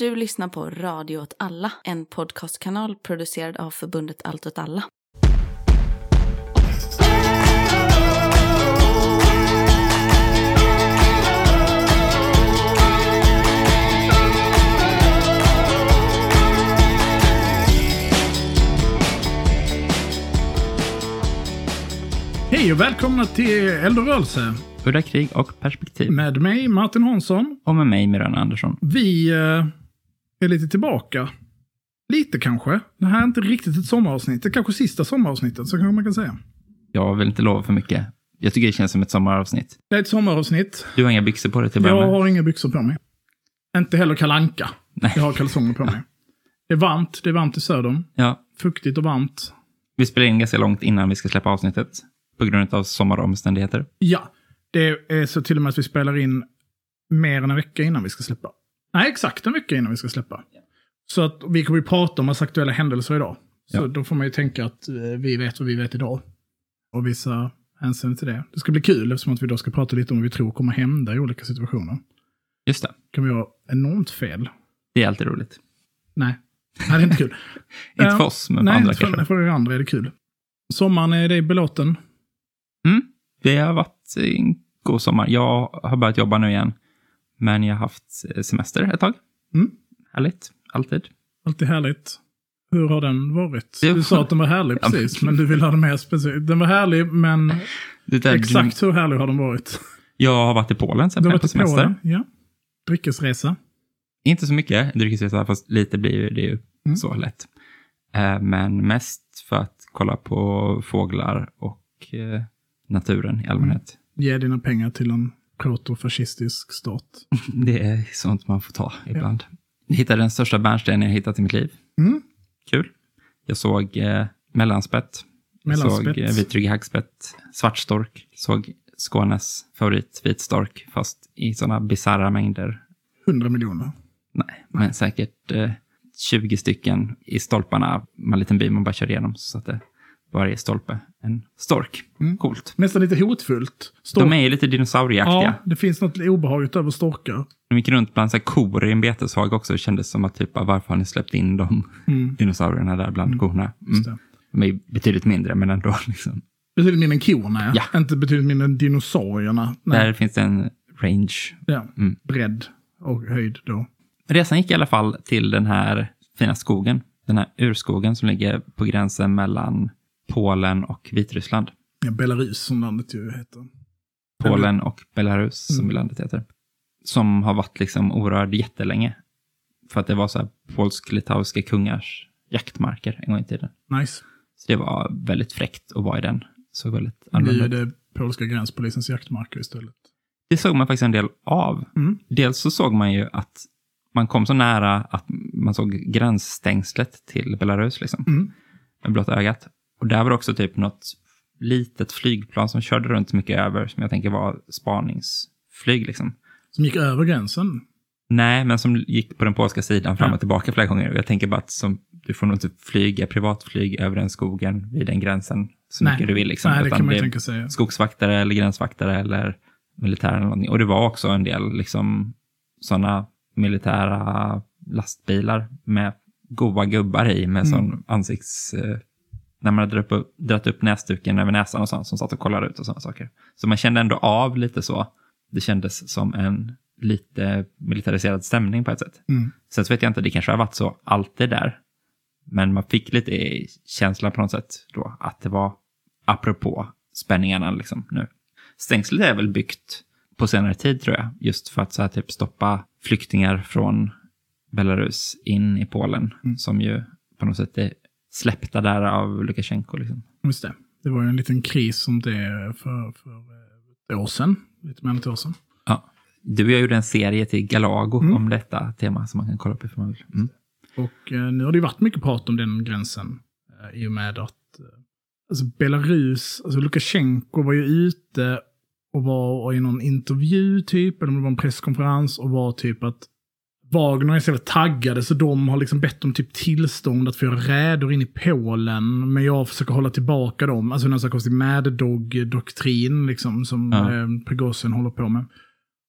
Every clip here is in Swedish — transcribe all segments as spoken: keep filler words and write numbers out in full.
Du lyssnar på Radio åt alla, en podcastkanal producerad av förbundet Allt åt alla. Hej och välkomna till Eldrörelse. Udda krig och perspektiv. Med mig, Martin Hansson. Och med mig, Miranda Andersson. Vi eh, är lite tillbaka. Lite kanske. Det här är inte riktigt ett sommaravsnitt. Det är kanske sista sommaravsnittet, så kanske man kan säga. Jag vill inte lova för mycket. Jag tycker det känns som ett sommaravsnitt. Det är ett sommaravsnitt. Du har inga byxor på dig till Jag början med. har inga byxor på mig. Inte heller kalanka. Nej. Jag har kalsonger på mig. Det är varmt. Det är varmt i södern. Ja. Fuktigt och varmt. Vi spelar in ganska långt innan vi ska släppa avsnittet. På grund av sommaromständigheter. Ja. Det är så till och med att vi spelar in mer än en vecka innan vi ska släppa. Nej, exakt en vecka innan vi ska släppa. Ja. Så att vi kommer ju prata om massa aktuella händelser idag. Så ja. Då får man ju tänka att vi vet vad vi vet idag. Och visa hänsyn till det. Det ska bli kul eftersom att vi då ska prata lite om vad vi tror kommer hända i olika situationer. Just det. Kan vi ha enormt fel. Det är alltid roligt. Nej, Nej det är inte kul. Inte för oss, men för Nej, andra kanske. Nej, för er andra är det kul. Sommaren är det belåten. Mm, det har varit en god sommar. Jag har börjat jobba nu igen. Men jag har haft semester ett tag. Mm. Härligt, alltid. Alltid härligt. Hur har den varit? Det... Du sa att den var härlig precis, men du vill ha den mer speciellt. Den var härlig, men det där, exakt du... hur härlig har den varit? Jag har varit i Polen sen på semester. Polen, ja. Dryckesresa. Inte så mycket dryckesresa, fast lite blir det ju mm. så lätt. Eh, men mest för att kolla på fåglar och eh, naturen i allmänhet. Mm. Ge dina pengar till en protofascistisk stat. Det är sånt man får ta ibland. Ja. Jag hittade den största bärnstenen jag hittat i mitt liv. Mm. Kul. Jag såg eh, mellanspett. mellanspett. Jag såg eh, vitrygg hackspett, svartstork. Såg Skånes favorit vitstork, fast i sådana bizarra mängder. Hundra miljoner. Nej, men säkert eh, tjugo stycken i stolparna. Med en liten bil man bara kör igenom så att det varje stolpe en stork. Mm. Coolt. Nästan lite hotfullt. Stork. De är ju lite dinosaurieaktiga. Ja, det finns något obehagligt över storkar. De gick runt bland så här kor i en beteshag också. Det kändes som att typ, varför har ni släppt in de mm. dinosaurierna där bland mm. korna? Mm. De är betydligt mindre, men ändå liksom. Betydligt mindre än korna, ja. Inte betydligt mindre än dinosaurierna. Nej. Där finns det en range. Ja, mm. bredd och höjd då. Resan gick i alla fall till den här fina skogen. Den här urskogen som ligger på gränsen mellan Polen och Vitryssland. Ja, Belarus som landet ju heter. Polen och Belarus som mm. landet heter. Som har varit liksom orörd jättelänge. För att det var så här polsk-litauiska kungars jaktmarker en gång i tiden. Nice. Så det var väldigt fräckt att vara i den. Så väldigt annorlunda. Nu är det polska gränspolisens jaktmarker istället. Det såg man faktiskt en del av. Mm. Dels så såg man ju att man kom så nära att man såg gränsstängslet till Belarus liksom. Mm. Med blotta ögat. Och där var det också typ något litet flygplan som körde runt mycket över. Som jag tänker var spaningsflyg liksom. Som gick över gränsen? Nej, men som gick på den polska sidan fram och tillbaka flera gånger. Och jag tänker bara att som, du får nog inte flyga privatflyg över den skogen vid den gränsen så Nej. mycket du vill. Liksom. Nej, det kan man det tänka sig. Skogsvaktare eller gränsvaktare eller militär eller någonting. Och det var också en del liksom sådana militära lastbilar med goda gubbar i med mm. sån ansikts... Eh, när man hade dratt upp, dratt upp näsduken över näsan och sånt som satt och kollade ut och sådana saker. Så man kände ändå av lite så. Det kändes som en lite militariserad stämning på ett sätt. Mm. Sen så vet jag inte, det kanske har varit så alltid där. Men man fick lite känsla på något sätt då att det var apropå spänningarna liksom nu. Stängslet är väl byggt på senare tid tror jag. Just för att så här, typ stoppa flyktingar från Belarus in i Polen. Mm. Som ju på något sätt är släppta där av Lukasjenko liksom. Just det. Det var ju en liten kris som det för, för ett år sedan. Lite mer än ett år sedan. Ja. Du och jag gjorde en serie till Galago mm. om detta tema som man kan kolla upp ifall man vill. Mm. Och eh, nu har det ju varit mycket prat om den gränsen. Eh, I och med att eh, alltså Belarus, alltså Lukasjenko var ju ute och var i någon intervju typ, eller det var en presskonferens och var typ att Wagner är så taggade så de har liksom bett om typ tillstånd att få göra räder in i Polen, men jag försöker hålla tillbaka dem. Alltså en sån här konstig Mad Dog-doktrin liksom, som ja. eh, Prigozhin håller på med.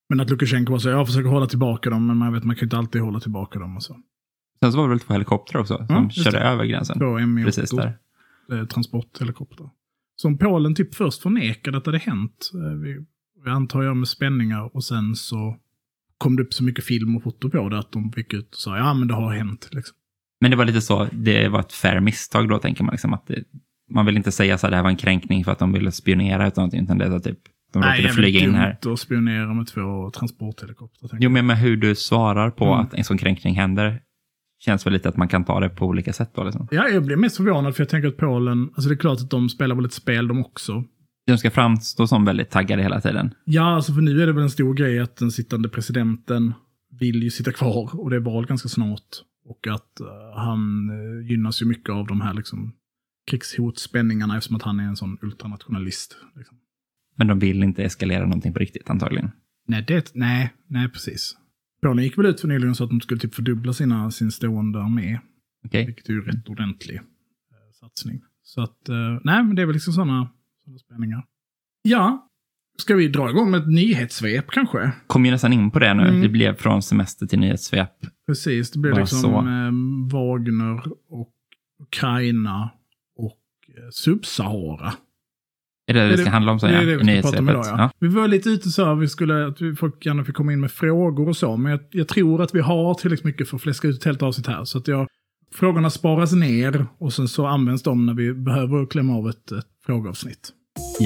Men att Lukasjenko var så, jag försöker hålla tillbaka dem, men man vet man kan ju inte alltid hålla tillbaka dem och så. Sen så var det väl två helikoptrar också som mm, körde det. över gränsen. Två M I åtta precis där. Eh, transporthelikoptrar. Som Polen typ först förnekade att det hade hänt. Eh, vi, vi antar jag med spänningar och sen så kom det upp så mycket film och foto på det att de fick ut och sa ja men det har hänt liksom. Men det var lite så, det var ett fair misstag då tänker man liksom att det, man vill inte säga så att det här var en kränkning för att de ville spionera utan att utan det var typ de råkade flyga in här. Nej, och spionera med två transporthelikoptrar. Jo, men med hur du svarar på mm. att en sån kränkning händer känns väl lite att man kan ta det på olika sätt då liksom. Ja, jag blir mest förvånad för jag tänker att Polen, alltså det är klart att de spelar väl ett spel de också. De ska framstå som väldigt taggade hela tiden. Ja, alltså för nu är det väl en stor grej att den sittande presidenten vill ju sitta kvar och det är val ganska snart. Och att uh, han uh, gynnas ju mycket av de här liksom krigshotspänningarna eftersom att han är en sån ultranationalist. Liksom. Men de vill inte eskalera någonting på riktigt antagligen. Nej, det, nej, nej precis. Polen gick väl ut för nyligen så att de skulle typ fördubbla sina, sin stående armé. Okay. Vilket är ju rätt ordentlig uh, satsning. Så att, uh, nej men det är väl liksom sådana, sådana spänningar. Ja, ska vi dra igång med ett nyhetssvep kanske? Kom ju nästan in på det nu. Mm. Det blev från semester till nyhetssvep. Precis, det blev bara liksom eh, Wagner och Ukraina och eh, Subsahara. Är det det, det ska det, handla om så, det ja, är det vi ska prata om idag, ja. Ja. Vi var lite ute så här, vi skulle, att vi, folk gärna fick komma in med frågor och så, men jag, jag tror att vi har tillräckligt mycket för att fläska ut ett helt avsnitt här. Så att jag, frågorna sparas ner och sen så används de när vi behöver klämma av ett, ett frågeavsnitt. Ja.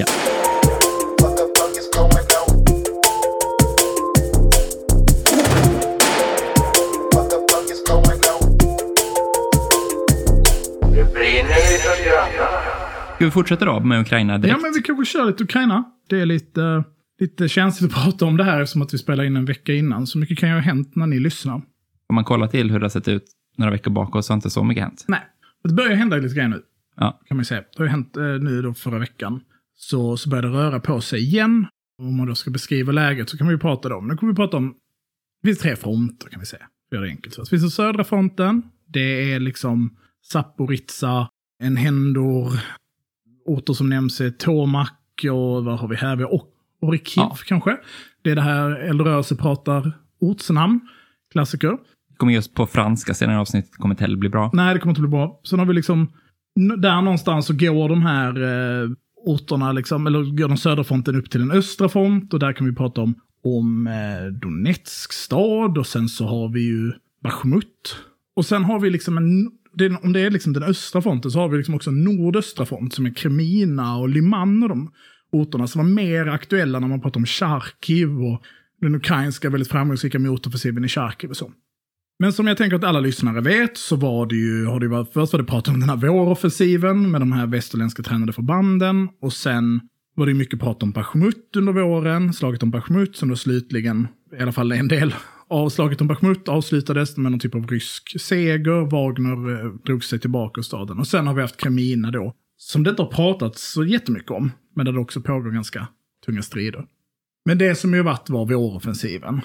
Ska vi fortsätta då med Ukraina direkt? Ja, men vi kanske kör lite Ukraina. Det är lite, lite känsligt att prata om det här eftersom att vi spelar in en vecka innan. Så mycket kan ju ha hänt när ni lyssnar. Om man kollar till hur det har sett ut några veckor bakåt så har inte så mycket hänt. Nej, det börjar hända lite grejer nu. Ja. Kan man säga. Det har ju hänt eh, nu då förra veckan. Så, så börjar det röra på sig igen. Om man då ska beskriva läget så kan vi ju prata om. Nu kommer vi prata om, det finns tre fronter kan vi säga. För det enkelt. Så det finns den södra fronten. Det är liksom Zaporizjzja, Enhendor, orter som nämns är Tomak och vad har vi här? Vi har Orkiv ja. kanske. Det är det här Eldrörelse pratar ortsnamn. Klassiker. Det kommer just på franska senare avsnitt. Kommer inte heller bli bra. Nej, det kommer inte bli bra. Sen har vi liksom, där någonstans så går de här eh, orterna liksom, eller går den södra fronten upp till den östra front. Och där kan vi prata om, om eh, Donetsk stad. Och sen så har vi ju Bachmut. Och sen har vi liksom en, det, om det är liksom den östra fronten så har vi liksom också en nordöstra front som är Kremina och Liman och de orterna som var mer aktuella när man pratar om Charkiv och den ukrainska väldigt framgångsrika motoffensiven i Charkiv och så. Men som jag tänker att alla lyssnare vet så var det ju, har det varit, först var det prat om den här våroffensiven med de här västerländska tränade förbanden och sen var det mycket prat om Bachmut under våren, slaget om Bachmut som då slutligen, i alla fall en del av slaget om Bachmut avslutades med någon typ av rysk seger. Wagner eh, drog sig tillbaka ur staden. Och sen har vi haft Kremina då, som det inte har pratats så jättemycket om, men där det också pågår ganska tunga strider. Men det som ju varit var våroffensiven,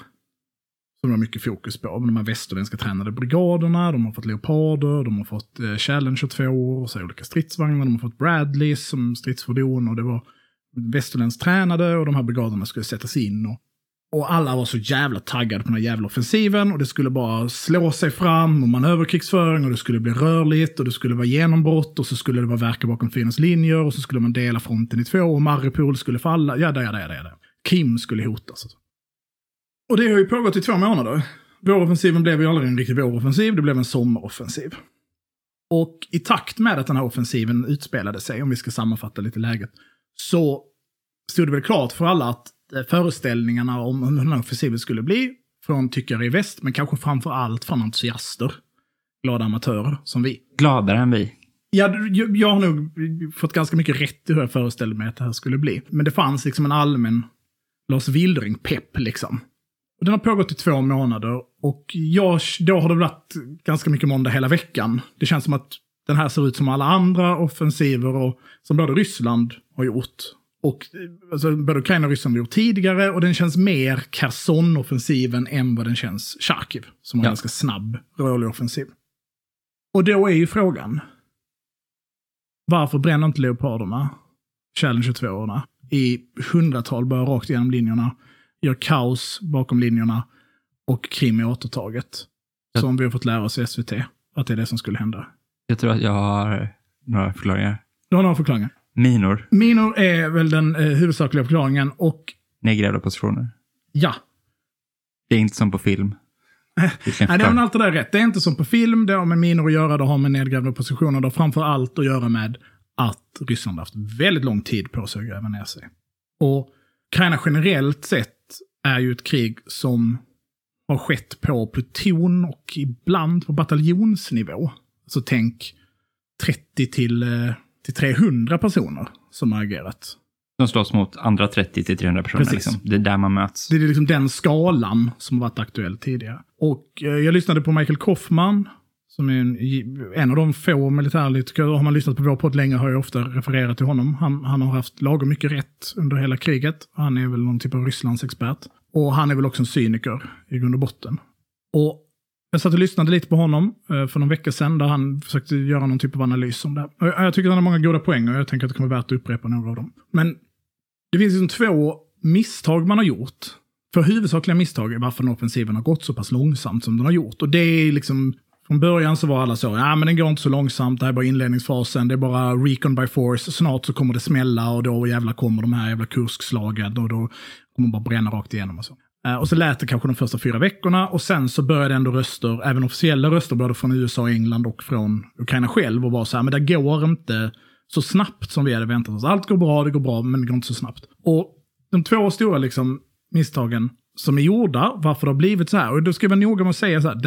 som det var mycket fokus på. De här västerländska tränade brigaderna, de har fått Leoparder, de har fått eh, Challenge tjugotvå och så olika stridsvagnar, de har fått Bradleys som stridsfordon och det var västerländskt tränade och de här brigaderna skulle sättas in och Och alla var så jävla taggade på den här jävla offensiven och det skulle bara slå sig fram och manöverkrigsföring och det skulle bli rörligt och det skulle vara genombrott och så skulle det vara verka bakom fiendens linjer och så skulle man dela fronten i två och Mariupol skulle falla. Ja, det, ja, det, det, det. Krim skulle hotas. Och det har ju pågått i två månader. Våroffensiven blev ju aldrig en riktig våroffensiv, det blev en sommaroffensiv. Och i takt med att den här offensiven utspelade sig, om vi ska sammanfatta lite läget, så stod det väl klart för alla att föreställningarna om hur den här offensiven skulle bli från tyckare i väst, men kanske framför allt från entusiaster, glada amatörer som vi. Gladare än vi. Ja, jag, jag har nog fått ganska mycket rätt i hur jag föreställde mig att det här skulle bli. Men det fanns liksom en allmän Lars Wildring-pepp liksom. Och den har pågått i två månader och jag, då har det varit ganska mycket måndag hela veckan. Det känns som att den här ser ut som alla andra offensiver och, som både Ryssland har gjort. Och alltså, både Ukraina och Ryssland har gjort tidigare och den känns mer Kherson-offensiven än vad den känns Charkiv. Som har en ja. ganska snabb, rörlig offensiv. Och då är ju frågan, varför bränner inte leoparderna, Challenge tjugotvå-orna, i hundratal bara rakt igenom linjerna? gör kaos bakom linjerna och Krim är återtaget. Jag... Som vi har fått lära oss i S V T, att det är det som skulle hända. Jag tror att jag har några förklaringar. Du har några förklaringar? Minor. Minor är väl den eh, huvudsakliga förklaringen och... Nedgrävda positioner. Ja. Det är inte som på film. Nej, det är allt det där rätt. Det är inte som på film, det har med minor att göra, det har med nedgrävda positioner, det har framför allt att göra med att Ryssland har haft väldigt lång tid på sig att gräva ner sig. Och Ukraina generellt sett är ju ett krig som har skett på pluton och ibland på bataljonsnivå. Så tänk trettio till trehundra personer som har agerat. De slåss mot andra trettio till trehundra personer. Liksom. Det är där man möts. Det är liksom den skalan som har varit aktuell tidigare. Och eh, jag lyssnade på Michael Kaufman, som är en, en av de få militäranalytiker. Har man lyssnat på vår podd länge har jag ofta refererat till honom. Han, han har haft lagom mycket rätt under hela kriget. Han är väl någon typ av Rysslands expert. Och han är väl också en cyniker i grund och botten. Och jag satt och lyssnade lite på honom eh, för någon vecka sedan där han försökte göra någon typ av analys om det. Och jag, jag tycker att han har många goda poäng och jag tänker att det kan vara värt att upprepa några av dem. Men det finns liksom två misstag man har gjort. För huvudsakliga misstag är varför den offensiven har gått så pass långsamt som den har gjort. Och det är liksom, från början så var alla så, ja men den går inte så långsamt, det här är bara inledningsfasen, det är bara recon by force, snart så kommer det smälla och då jävla kommer de här jävla kurskslagen och då kommer man bara bränna rakt igenom och så. Och så lät det kanske de första fyra veckorna och sen så började ändå röster, även officiella röster både från U S A, England och från Ukraina själv och var så här, men det går inte så snabbt som vi hade väntat oss. Allt går bra, det går bra, men det går inte så snabbt. Och de två stora liksom, misstagen som är gjorda, varför det har blivit så här, och då ska jag vara noga med att säga så här, det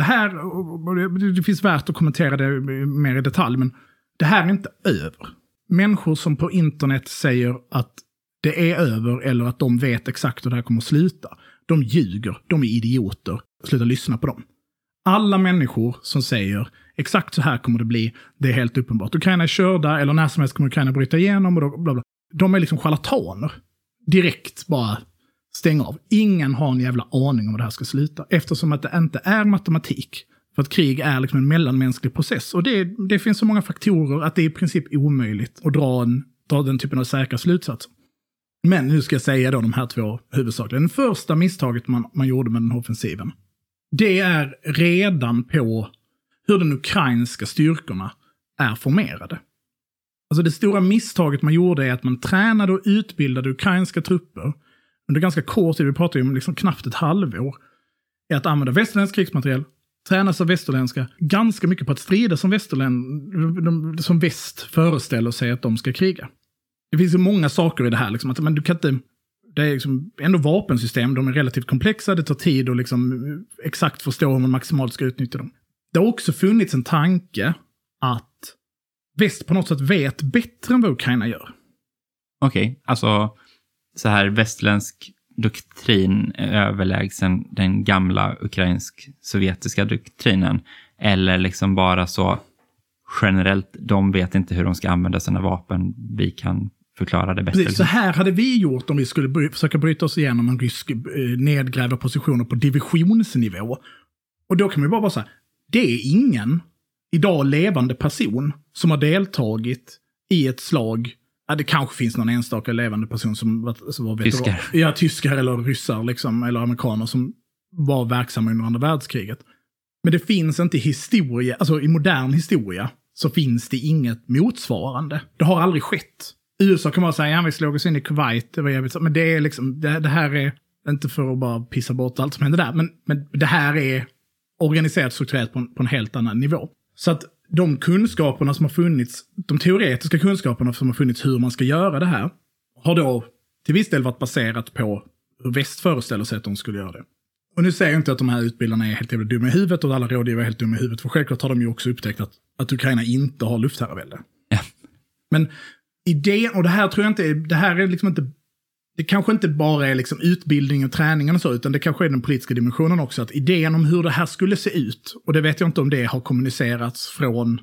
här, det finns värt att kommentera det mer i detalj, men det här är inte över. Människor som på internet säger att det är över eller att de vet exakt hur det här kommer att sluta, de ljuger, de är idioter. Sluta lyssna på dem. Alla människor som säger exakt så här kommer det bli, det är helt uppenbart. Ukraina är körda eller när som helst kommer Ukraina bryta igenom och då, bla bla. De är liksom charlataner. Direkt bara stäng av. Ingen har en jävla aning om vad det här ska sluta. Eftersom att det inte är matematik. För att krig är liksom en mellanmänsklig process. Och det, det finns så många faktorer att det är i princip omöjligt att dra, en, dra den typen av säkra slutsatser. Men nu ska jag säga då de här två huvudsakligen. Den första misstaget man, man gjorde med den här offensiven, det är redan på hur de ukrainska styrkorna är formerade. Alltså det stora misstaget man gjorde är att man tränade och utbildade ukrainska trupper under ganska kort tid, vi pratar ju om liksom knappt ett halvår, är att använda västerländsk krigsmateriel, tränas av västerländska, ganska mycket på att strida som västerländ, som väst föreställer sig att de ska kriga. Det finns ju många saker i det här, liksom, att men du kan inte, det är liksom ändå vapensystem, de är relativt komplexa, det tar tid att liksom exakt förstå hur man maximalt ska utnyttja dem. Det har också funnits en tanke att väst på något sätt vet bättre än vad Ukraina gör. Okej, okay, alltså så här västländsk doktrin är överlägsen den gamla ukrainsk-sovjetiska doktrinen, eller liksom bara så generellt, de vet inte hur de ska använda sina vapen, vi kan förklara det bättre. Precis, så här hade vi gjort om vi skulle bry- försöka bryta oss igenom en rysk eh, nedgrävda positioner på divisionsnivå. Och då kan man ju bara vara så här, det är ingen idag levande person som har deltagit i ett slag. Ja, det kanske finns någon enstaka levande person som var, som var tyskar. Veteran. Ja, tyskar eller ryssar liksom, eller amerikaner som var verksamma under andra världskriget. Men det finns inte i historia, alltså i modern historia så finns det inget motsvarande. Det har aldrig skett. U S A kan man säga, ja vi slog oss in i Kuwait, det var jävligt, men det är liksom, det, det här är inte för att bara pissa bort allt som händer där, men, men det här är organiserat strukturerat på en, på en helt annan nivå. Så att de kunskaperna som har funnits, de teoretiska kunskaperna som har funnits hur man ska göra det här, har då till viss del varit baserat på hur väst föreställer sig att de skulle göra det. Och nu säger jag inte att de här utbildarna är helt jävla dumma i huvudet och alla rådgivare är helt dumma i huvudet, för självklart har de ju också upptäckt att, att Ukraina inte har luftherravälde. Ja. Men idén, och det här tror jag inte, det här är liksom inte, det kanske inte bara är liksom utbildning och träningen och så, utan det kanske är den politiska dimensionen också, att idén om hur det här skulle se ut, och det vet jag inte om det har kommunicerats från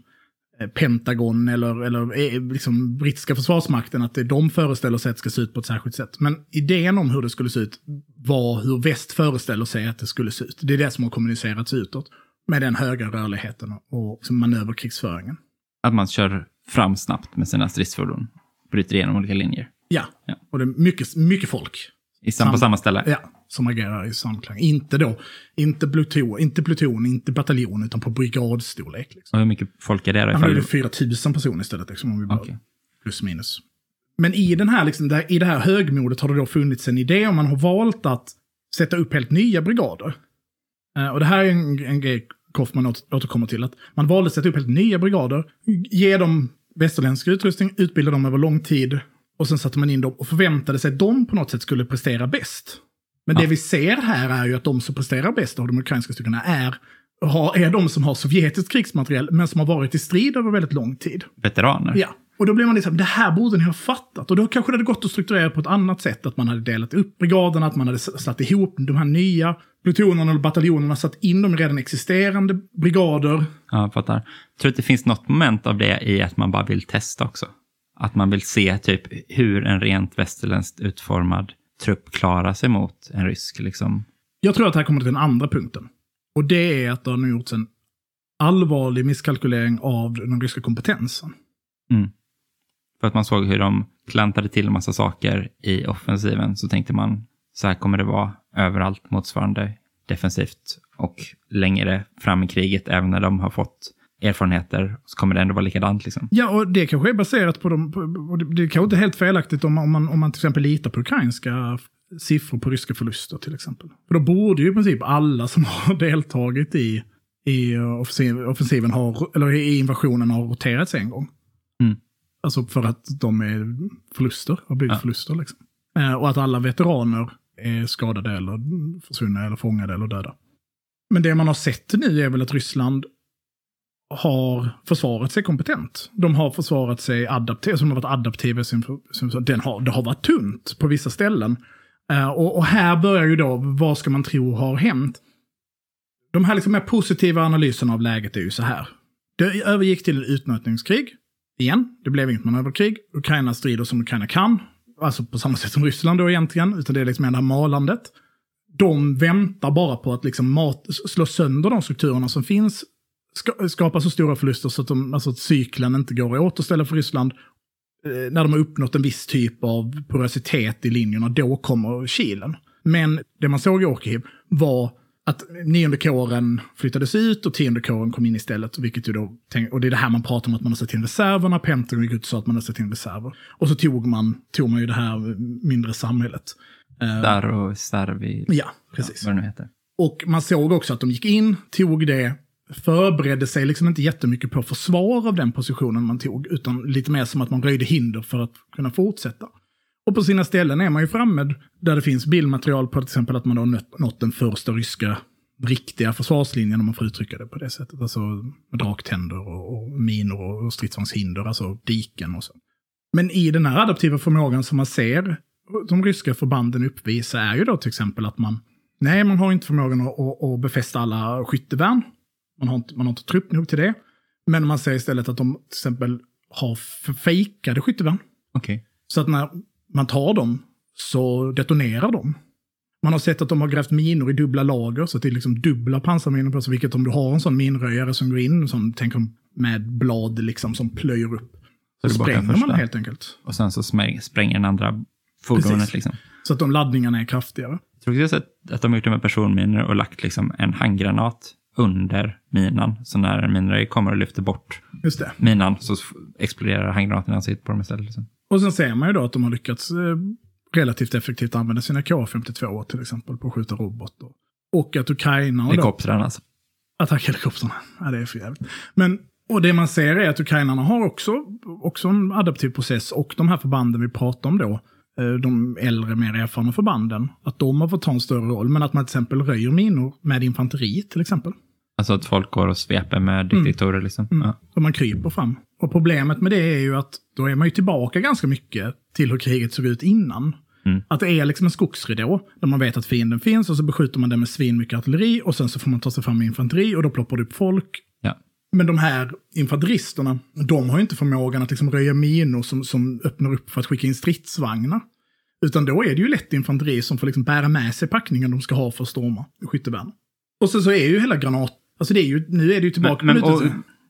Pentagon eller, eller liksom brittiska försvarsmakten, att det de föreställer sig att det ska se ut på ett särskilt sätt. Men idén om hur det skulle se ut var hur väst föreställer sig att det skulle se ut. Det är det som har kommunicerats utåt med den höga rörligheten och liksom manöverkrigsföringen. Att man kör fram snabbt med sina stridsfordon, bryter igenom olika linjer. Ja, ja. Och det är mycket, mycket folk. I sam- på samma ställe? Ja, som agerar i samklang. Inte då, inte pluton, inte, pluton, inte bataljon, utan på brigadstorlek. Liksom. Och hur mycket folk är det då? Ja, det är fyra tusen personer istället, liksom, om vi bara okay. plus minus. Men i, den här, liksom, där, i det här högmodet har det då funnits en idé om man har valt att sätta upp helt nya brigader. Uh, och det här är en, en grej Kaufman åter, återkommer till, att man valde att sätta upp helt nya brigader, ge dem västerländsk utrustning, utbilda dem över lång tid, och sen satte man in dem och förväntade sig att de på något sätt skulle prestera bäst. Men ja. det vi ser här är ju att de som presterar bäst av de ukrainska styrkorna är, har, är de som har sovjetisk krigsmateriel, men som har varit i strid över väldigt lång tid. Veteraner. Ja. Och då blir man liksom, det här borde ni ha fattat. Och då kanske det hade gått att strukturera på ett annat sätt. Att man hade delat upp brigaderna, att man hade satt ihop de här nya plutonerna eller bataljonerna, satt in dem i redan existerande brigader. Ja, jag fattar. Jag tror att det finns något moment av det i att man bara vill testa också. Att man vill se typ hur en rent västerländskt utformad trupp klarar sig mot en rysk liksom. Jag tror att det här kommer till den andra punkten. Och det är att det har nu gjorts en allvarlig misskalkylering av den ryska kompetensen. Mm. För att man såg hur de klantade till en massa saker i offensiven, så tänkte man, så här kommer det vara överallt motsvarande defensivt, och längre fram i kriget, även när de har fått erfarenheter, så kommer det ändå vara likadant liksom. Ja, och det kanske är baserat på dem, och det, det kanske inte är helt felaktigt om, om, man, om man till exempel litar på ukrainska siffror på ryska förluster till exempel. För då borde ju i princip alla som har deltagit i, i offensiv, offensiven har, eller i invasionen har roterats en gång. Mm. Alltså för att de är förluster, har blivit ja. förluster liksom. Eh, och att alla veteraner är skadade eller försvunna eller fångade eller döda. Men det man har sett nu är väl att Ryssland har försvarat sig kompetent. De har försvarat sig adaptivt, som har varit adaptiva. Den har, det har varit tunt på vissa ställen. Uh, och, och här börjar ju då, vad ska man tro har hänt? De här liksom mer positiva analyserna av läget är ju så här. Det övergick till utnötningskrig. Igen, det blev inget manöverkrig. Ukraina strider som Ukraina kan. Alltså på samma sätt som Ryssland då egentligen. Utan det är liksom det här malandet. De väntar bara på att liksom mat, slå sönder de strukturerna som finns. Ska, skapa så stora förluster så att, de, alltså att cykeln inte går att återställa för Ryssland. Eh, när de har uppnått en viss typ av porositet i linjerna, då kommer kilen. Men det man såg i Orkiv var att nionde kåren flyttades ut och tionde kåren kom in istället. Vilket ju då, och det är det här man pratar om, att man har sett in reserverna. Pentagon gick ut och sa att man har sett in reserver. Och så tog man, tog man ju det här mindre samhället. Där och Starvi. Ja, precis. Ja, vad det nu heter. Och man såg också att de gick in, tog det, förberedde sig liksom inte jättemycket på försvar av den positionen man tog, utan lite mer som att man röjde hinder för att kunna fortsätta. Och på sina ställen är man ju framme där det finns bildmaterial på till exempel att man har nått, nått den första ryska riktiga försvarslinjen, om man får uttrycka det på det sättet. Alltså med draktänder och, och minor och stridsvagnshinder, alltså diken och så. Men i den här adaptiva förmågan som man ser de ryska förbanden uppvisa är ju då till exempel att man, nej, man har inte förmågan att, att, att befästa alla skyttevärn. Man har inte, man har inte trupp nog till det. Men man säger istället att de till exempel har fejkade skyttevärn. Okej. Okay. Så att när man tar dem så detonerar de. Man har sett att de har grävt minor i dubbla lager, så att det är liksom dubbla pansarminor på, så vilket om du har en sån minröjare som går in, som tänker med blad liksom som plöjer upp. Så, så spränger man helt enkelt. Och sen så spränger den andra fordonet. Precis. Liksom. Så att de laddningarna är kraftigare. Jag tror också att, att de har gjort det med personminor och lagt liksom en handgranat under minan. Så när en minröj kommer och lyfter bort Just det. minan så exploderar handgranaten ansiktet på dem istället. Liksom. Och sen ser man ju då att de har lyckats eh, relativt effektivt använda sina K femtiotvå till exempel på att skjuta robotar. Och att Ukraina... Helikoptrarna alltså. Attackhelikoptrarna. Ja, det är för jävligt. Men, och det man ser är att ukrainarna har också, också en adaptiv process, och de här förbanden vi pratar om då, de äldre, mer erfarna förbanden, att de har fått ta en större roll, men att man till exempel röjer minor med infanteri till exempel. Alltså att folk går och sveper med detektorer mm. liksom. Mm. Ja. Och man kryper fram. Och problemet med det är ju att då är man ju tillbaka ganska mycket till hur kriget såg ut innan. Mm. Att det är liksom en skogsridå där man vet att fienden finns, och så beskjuter man den med svin mycket artilleri, och sen så får man ta sig fram med infanteri och då ploppar det upp folk. Ja. Men de här infanteristerna, de har ju inte förmågan att liksom röja minor som, som öppnar upp för att skicka in stridsvagnar. Utan då är det ju lätt infanteri som får liksom bära med sig packningen de ska ha för att storma skyttevärn. Och så, så är ju hela granat... Alltså det är ju, nu är det ju tillbaka men, på men, och,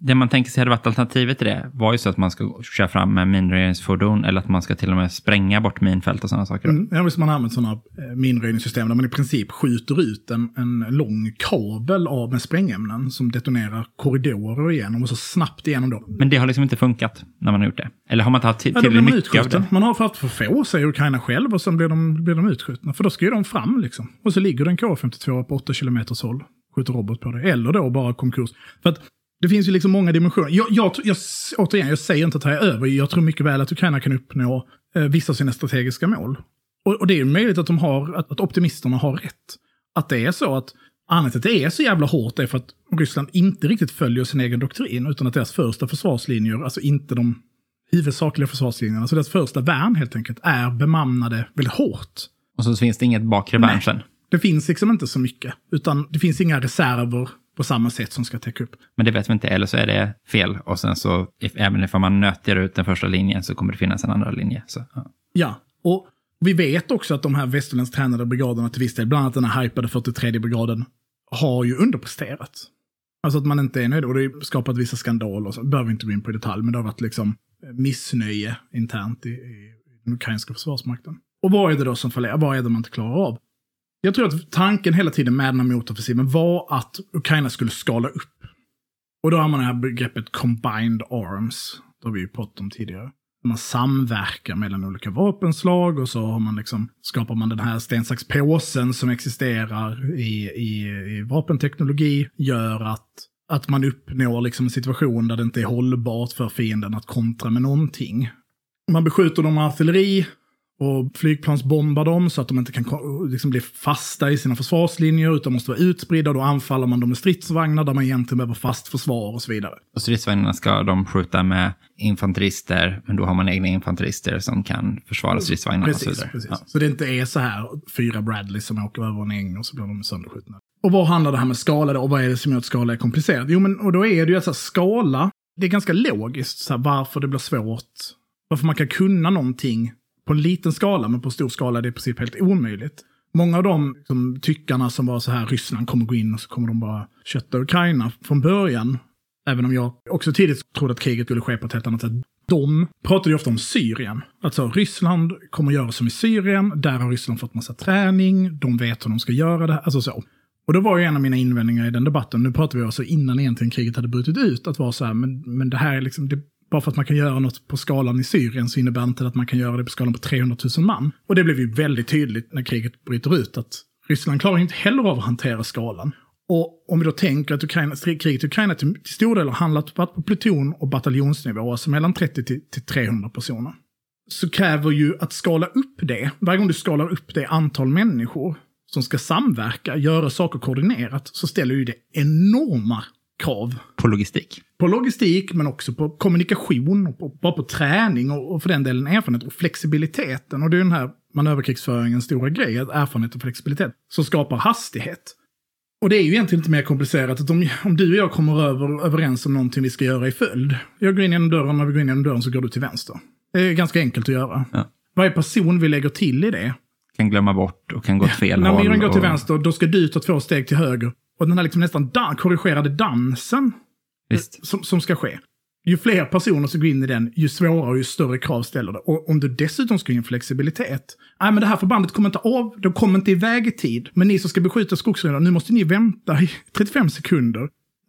Det man tänker sig hade varit alternativet till det var ju så att man ska köra fram med minröjningsfordon eller att man ska till och med spränga bort minfält och sådana saker. Mm, ja, visst man har använt sådana minröjningssystem där man i princip skjuter ut en, en lång kabel av med sprängämnen som detonerar korridorer igenom och så snabbt igenom då. Men det har liksom inte funkat när man har gjort det? Eller har man tagit till, ja, till mycket av det? Man har haft för få, säger Ukraina själv, och sen blir de, blir de utskjutna. För då ska ju de fram liksom. Och så ligger den K femtiotvå på åtta kilometers håll. Skjuter robot på det. Eller då bara konkurs. För att det finns ju liksom många dimensioner. Jag, jag, jag, återigen, jag säger inte att det här är över. Jag tror mycket väl att Ukraina kan uppnå eh, vissa av sina strategiska mål. Och, och det är ju möjligt att de har, att, att optimisterna har rätt. Att det är så att annat att det är så jävla hårt är för att Ryssland inte riktigt följer sin egen doktrin, utan att deras första försvarslinjer, alltså inte de huvudsakliga försvarslinjerna, så deras första värn helt enkelt är bemannade väldigt hårt. Och så finns det inget bakre värn sen? Det finns liksom inte så mycket, utan det finns inga reserver på samma sätt som ska täcka upp. Men det vet vi inte, eller så är det fel. Och sen så, if, även om man nöter ut den första linjen så kommer det finnas en andra linje. Så, ja. ja, och vi vet också att de här västerländskt tränade brigaderna till viss del, bland annat den här hypade fyrtiotredje brigaden, har ju underpresterat. Alltså att man inte är nöjd, och det har skapat vissa skandaler, och så behöver vi inte gå in på i detalj, men det har varit liksom missnöje internt i, i den ukrainska försvarsmakten. Och vad är det då som fallerar? Vad är det man inte klarar av? Jag tror att tanken hela tiden med den här motoffensiven var att Ukraina skulle skala upp. Och då har man det här begreppet combined arms. Det har vi ju pratat om tidigare. Man samverkar mellan olika vapenslag, och så har man liksom, skapar man den här stensaxpåsen som existerar i, i, i vapenteknologi, gör att, att man uppnår liksom en situation där det inte är hållbart för fienden att kontra med någonting. Man beskjuter dem med artilleri och flygplansbombar dem så att de inte kan liksom bli fasta i sina försvarslinjer, utan måste vara utspridda. Då anfaller man dem med stridsvagnar där man egentligen behöver fast försvar och så vidare. Och stridsvagnarna ska de skjuta med infanterister, men då har man egna infanterister som kan försvara stridsvagnarna. Precis, och så vidare. precis. Ja. Så det inte är så här fyra Bradley som åker över en äng och så blir de sönderskjutna. Och vad handlar det här med skala då? Och vad är det som gör att skala är komplicerat? Jo, men och då är det ju att så här, skala, det är ganska logiskt så här, varför det blir svårt. Varför man kan kunna någonting på en liten skala, men på stor skala är det i princip helt omöjligt. Många av de liksom, tyckarna som var så här, Ryssland kommer gå in och så kommer de bara kötta Ukraina från början. Även om jag också tidigt trodde att kriget skulle ske på ett helt annat sätt. De pratade ju ofta om Syrien. Alltså Ryssland kommer göra som i Syrien. Där har Ryssland fått massa träning. De vet hur de ska göra det. Alltså så. Och då var ju en av mina invändningar i den debatten. Nu pratar vi alltså innan egentligen kriget hade brutit ut. Att vara så här, men, men det här är liksom... Det, bara för att man kan göra något på skalan i Syrien så innebär inte att man kan göra det på skalan på trehundratusen man. Och det blev ju väldigt tydligt när kriget bryter ut att Ryssland klarar inte heller av att hantera skalan. Och om vi då tänker att Ukraina, kriget i Ukraina till, till stor del har handlat på, på pluton- och bataljonsnivå, alltså mellan trettio till trehundra personer, så kräver ju att skala upp det. Varje gång du skalar upp det antal människor som ska samverka, göra saker koordinerat, så ställer ju det enorma krav. På logistik. På logistik, men också på kommunikation, och på, bara på träning och, och för den delen erfarenhet och flexibiliteten. Och det är den här manöverkrigsföringens stora grej, att erfarenhet och flexibilitet som skapar hastighet. Och det är ju egentligen inte mer komplicerat att om, om du och jag kommer över, överens om någonting vi ska göra i följd. Jag går in genom dörren, när vi går in genom dörren så går du till vänster. Det är ganska enkelt att göra. Ja. Varje person vi lägger till i det kan glömma bort och kan gå åt fel när håll. När vi går till och... vänster, då ska du ta två steg till höger. Och den här liksom nästan dan- korrigerade dansen som, som ska ske. Ju fler personer som går in i den, ju svårare och ju större krav ställer det. Och om du dessutom ska in flexibilitet. Nej, men det här förbandet kommer inte av, de kommer inte iväg i tid. Men ni som ska beskjuta skogsröjare, nu måste ni vänta i trettiofem sekunder.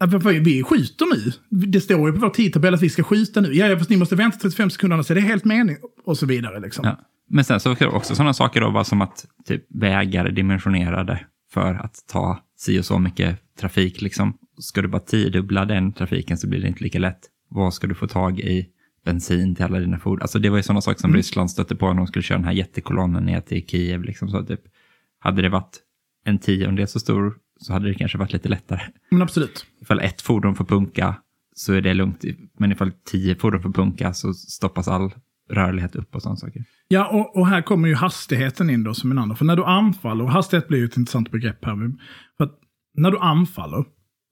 Vi skjuter nu. Det står ju på vår tidtabell att vi ska skjuta nu. Ja, fast ni måste vänta trettiofem sekunder, så det är helt mening. Och så vidare liksom. Ja. Men sen så är det också sådana saker då, bara som att typ vägar är dimensionerade för att ta si och så mycket trafik liksom. Ska du bara tiodubbla den trafiken så blir det inte lika lätt. Vad ska du få tag i bensin till alla dina fordon? Alltså det var ju sådana saker som mm. Ryssland stötte på när de skulle köra den här jättekolonnen ner till Kiev liksom. Så typ, hade det varit en tiondel så stor så hade det kanske varit lite lättare. Men absolut. Ifall ett fordon får punka så är det lugnt. Men ifall tio fordon får punka så stoppas all rörlighet upp och sådana saker. Ja, och, och här kommer ju hastigheten in då som en annan. För när du anfaller, och hastighet blir ju ett intressant begrepp här. För att när du anfaller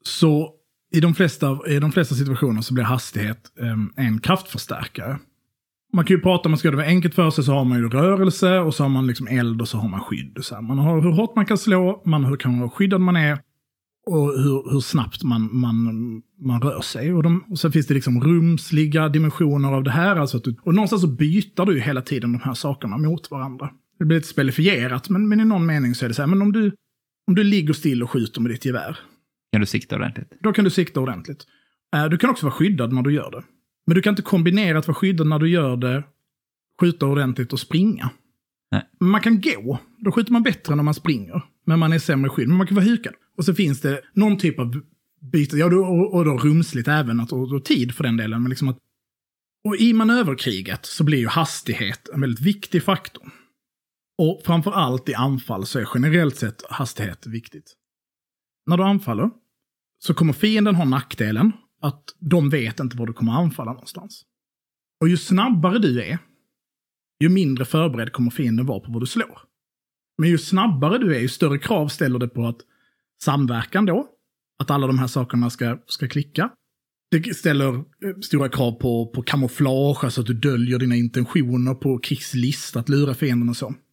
så i de flesta, i de flesta situationer så blir hastighet um, en kraftförstärkare. Man kan ju prata om, man ska göra det enkelt för sig, så har man ju rörelse och så har man liksom eld och så har man skydd. Så här. Man har hur hårt man kan slå, man har hur kan man vara skyddad man är. och hur, hur snabbt man, man, man rör sig. Och, de, och sen finns det liksom rumsliga dimensioner av det här. Alltså att du, och någonstans så byter du ju hela tiden de här sakerna mot varandra. Det blir lite spelifierat, men, men i någon mening så är det så här, men om du, om du ligger still och skjuter med ditt gevär. Kan du sikta ordentligt? Då kan du sikta ordentligt. Du kan också vara skyddad när du gör det. Men du kan inte kombinera att vara skyddad när du gör det, skjuta ordentligt och springa. Nej. Man kan gå. Då skjuter man bättre när man springer. Men man är sämre skydd. Men man kan vara hukad. Och så finns det någon typ av byte. Ja, och, och då rumsligt även. Att, och, och tid för den delen. Men liksom att, och i manöverkriget så blir ju hastighet en väldigt viktig faktor. Och framför allt i anfall så är generellt sett hastighet viktigt. När du anfaller så kommer fienden ha nackdelen att de vet inte var du kommer anfalla någonstans. Och ju snabbare du är, ju mindre förberedd kommer fienden vara på vad du slår. Men ju snabbare du är, ju större krav ställer det på att samverkan då, att alla de här sakerna ska, ska klicka. Det ställer stora krav på, på kamouflage, alltså att du döljer dina intentioner på krigslist, att lura fienden och så.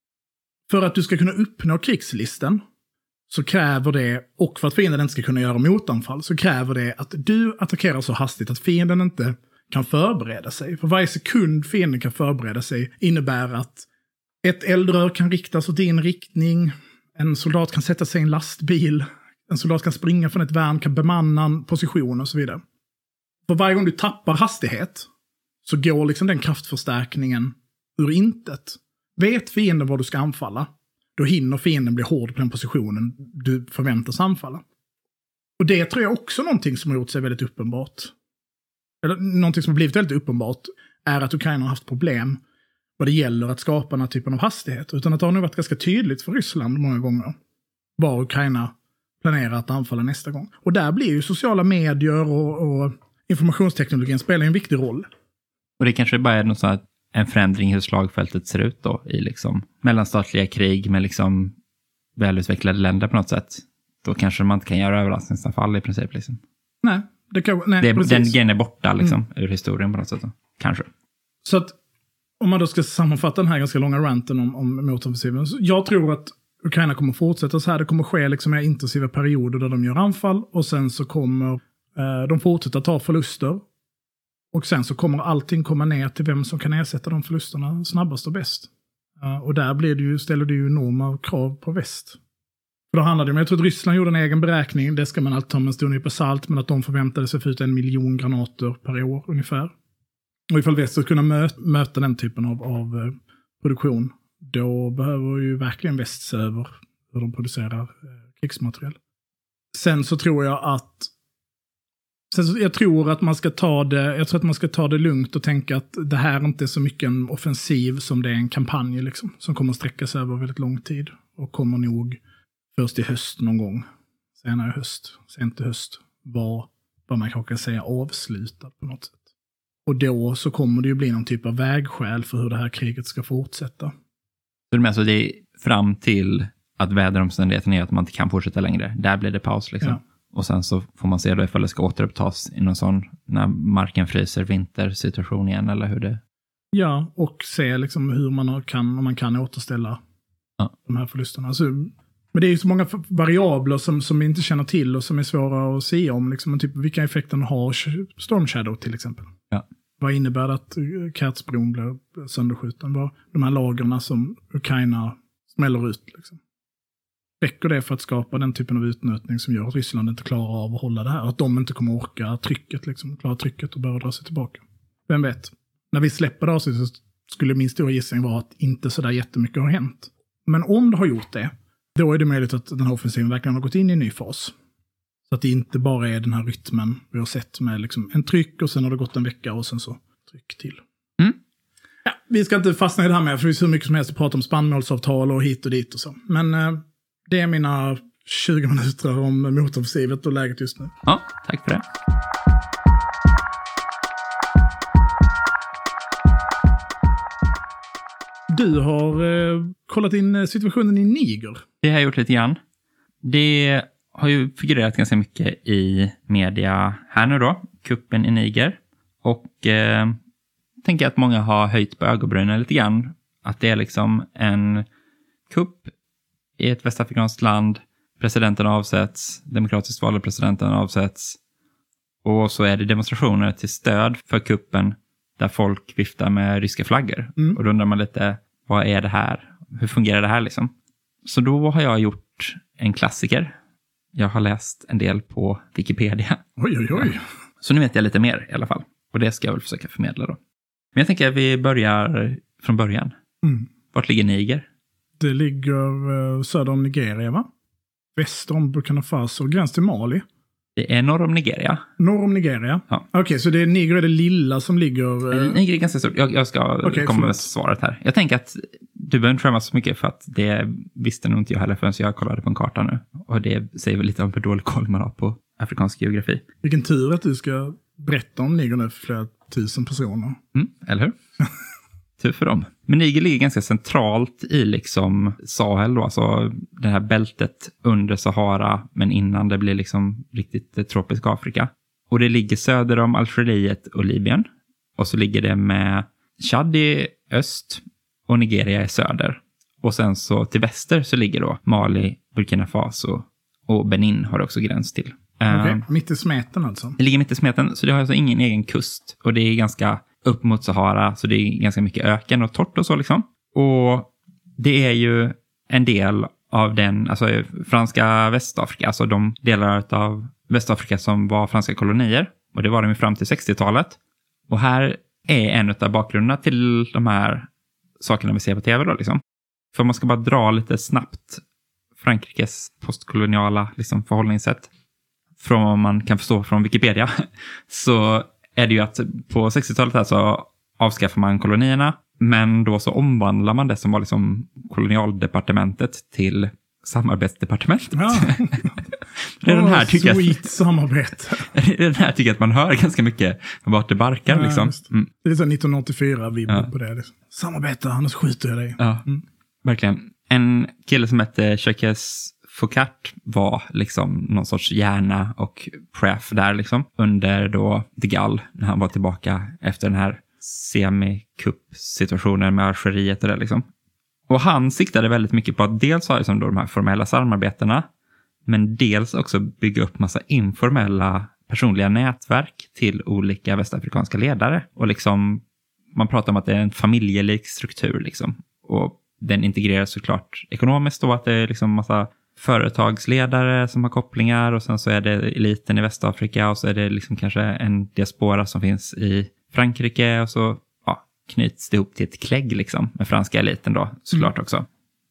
För att du ska kunna uppnå krigslisten så kräver det, och för att fienden inte ska kunna göra motanfall, så kräver det att du attackerar så hastigt att fienden inte kan förbereda sig. För varje sekund fienden kan förbereda sig innebär att ett eldrör kan riktas åt din riktning, en soldat kan sätta sig i en lastbil, en soldat kan springa från ett värn, kan bemanna en position och så vidare. För varje gång du tappar hastighet så går liksom den kraftförstärkningen ur intet. Vet fienden vad du ska anfalla, då hinner fienden bli hård på den positionen du förväntas anfalla. Och det tror jag också är någonting som har gjort sig väldigt uppenbart. Eller någonting som har blivit väldigt uppenbart är att Ukraina har haft problem vad det gäller att skapa den här typen av hastighet. Utan att det har nog varit ganska tydligt för Ryssland många gånger var Ukraina planerar att anfalla nästa gång. Och där blir ju sociala medier och, och informationsteknologin spelar en viktig roll. Och det kanske bara är något så att en förändring i hur slagfältet ser ut då i liksom mellanstatliga krig med liksom välutvecklade länder på något sätt. Då kanske man inte kan göra överraskningsanfall i princip liksom. Nej, det kan, nej det, precis. Den grejen är borta liksom mm. ur historien på något sätt då. Kanske. Så att om man då ska sammanfatta den här ganska långa ranten om, om motoffensiven. Så jag tror att Ukraina kommer fortsätta så här. Det kommer ske liksom mer intensiva perioder där de gör anfall. Och sen så kommer eh, de fortsätta ta förluster. Och sen så kommer allting komma ner till vem som kan ersätta de förlusterna snabbast och bäst. Uh, och där blir det ju, ställer det ju enorma krav på väst. För då handlar det om, jag tror att Ryssland gjorde en egen beräkning, det ska man alltid ta med en stor nypa salt, men att de förväntade sig få ut en miljon granater per år ungefär. Och ifall väst ska kunna mö- möta den typen av, av uh, produktion, då behöver ju verkligen väst se över hur de producerar uh, krigsmateriel. Sen så tror jag att Sen så, jag tror att man ska ta det, jag tror att man ska ta det lugnt och tänka att det här inte är så mycket en offensiv som det är en kampanj liksom, som kommer att sträcka sig över väldigt lång tid och kommer nog först i höst någon gång, senare höst, sent i höst, var vad man kanske kan säga avslutad på något sätt. Och då så kommer det ju bli någon typ av vägskäl för hur det här kriget ska fortsätta. Så det är alltså det är fram till att väderomständigheten är att man inte kan fortsätta längre. Där blir det paus liksom. Ja. Och sen så får man se då ifall det ska återupptas i någon sån, när marken fryser, vintersituation igen, eller hur det... Ja, och se liksom hur man kan, om man kan återställa ja. de här förlusterna. Alltså, men det är ju så många variabler som, som vi inte känner till och som är svåra att se om. Liksom, typ, vilka effekter har Storm Shadow till exempel? Ja. Vad innebär det att Kertsbron blir sönderskjuten? Vad, de här lagerna som Ukraina smäller ut liksom. Räcker det för att skapa den typen av utnötning som gör att Ryssland inte klarar av att hålla det här? Att de inte kommer orka trycket, liksom, klara trycket och börja dra sig tillbaka. Vem vet? När vi släpper det av sig så skulle min stora gissning vara att inte sådär jättemycket har hänt. Men om det har gjort det, då är det möjligt att den här offensiven verkligen har gått in i en ny fas. Så att det inte bara är den här rytmen vi har sett med liksom en tryck och sen har det gått en vecka och sen så tryck till. Mm. Ja, vi ska inte fastna i det här med, för det är så mycket som helst att prata om spannmålsavtal och hit och dit och så. Men... Eh, det är mina tjugo minuter om motoffensivet och läget just nu. Ja, tack för det. Du har eh, kollat in situationen i Niger. Det har jag gjort lite grann. Det har ju figurerat ganska mycket i media här nu då. Kuppen i Niger. Och eh, tänker att många har höjt på ögonbrynen lite grann. Att det är liksom en kupp i ett västafrikanskt land presidenten avsätts, demokratiskt valda presidenten avsätts. Och så är det demonstrationer till stöd för kuppen där folk viftar med ryska flaggor. Mm. Och då undrar man lite, vad är det här? Hur fungerar det här liksom? Så då har jag gjort en klassiker. Jag har läst en del på Wikipedia. Oj, oj, oj. Så nu vet jag lite mer i alla fall. Och det ska jag väl försöka förmedla då. Men jag tänker att vi börjar från början. Mm. Vart ligger Niger? Det ligger uh, söder om Nigeria, va? Väster om Burkina Faso, gräns till Mali. Det är norr om Nigeria. Norr om Nigeria? Ja. Okej, okay, så det är Niger är det lilla som ligger... Uh... Niger är ganska stort. Jag, jag ska okay, komma med svaret här. Jag tänker att du behöver inte skämmas så mycket för att det visste nog inte jag heller förrän jag kollade på en karta nu. Och det säger väl lite om hur dålig koll man har på afrikansk geografi. Vilken tur att du ska berätta om Niger nu för flera tusen personer. Mm, eller hur? Tur för dem. Men Niger ligger ganska centralt i liksom Sahel då, alltså det här bältet under Sahara, men innan det blir liksom riktigt tropisk Afrika. Och det ligger söder om Algeriet och Libyen. Och så ligger det med Chad i öst och Nigeria i söder. Och sen så till väster så ligger då Mali, Burkina Faso och Benin har också gräns till. Okej, okay. uh, mitt i smeten alltså? Det ligger mitt i smeten, så det har alltså ingen egen kust. Och det är ganska upp mot Sahara, så det är ganska mycket öken och torrt och så liksom. Och det är ju en del av den, alltså franska Västafrika, alltså de delar av Västafrika som var franska kolonier. Och det var de fram till sextiotalet. Och här är en av bakgrunderna till de här sakerna vi ser på tv då liksom. För man ska bara dra lite snabbt Frankrikes postkoloniala liksom, förhållningssätt. Från vad man kan förstå från Wikipedia. Så är det ju att på sextiotalet här så avskaffar man kolonierna. Men då så omvandlar man det som var liksom kolonialdepartementet till samarbetsdepartementet. Ja. Det är oh, den här tycker sweet att, samarbete. Det är den här tycker att man hör ganska mycket vart det barkar. Ja, liksom. Mm. Det är så nittonhundraåttiofyra vi ja. på det. Liksom. Samarbete, annars skjuter jag dig. Ja, mm. verkligen. En kille som hette Jacques Foucault var liksom någon sorts hjärna och chef där liksom. Under då de Gaulle när han var tillbaka efter den här semi-kupp-situationen med Algeriet och det liksom. Och han siktade väldigt mycket på att dels ha liksom då de här formella samarbetena, men dels också bygga upp massa informella personliga nätverk till olika västafrikanska ledare. Och liksom, man pratar om att det är en familjelik struktur liksom. Och den integreras såklart ekonomiskt då, att det är liksom massa företagsledare som har kopplingar, och sen så är det eliten i Västafrika, och så är det liksom kanske en diaspora som finns i Frankrike, och så ja, knyts det ihop till ett klägg liksom, med franska eliten då såklart mm. också.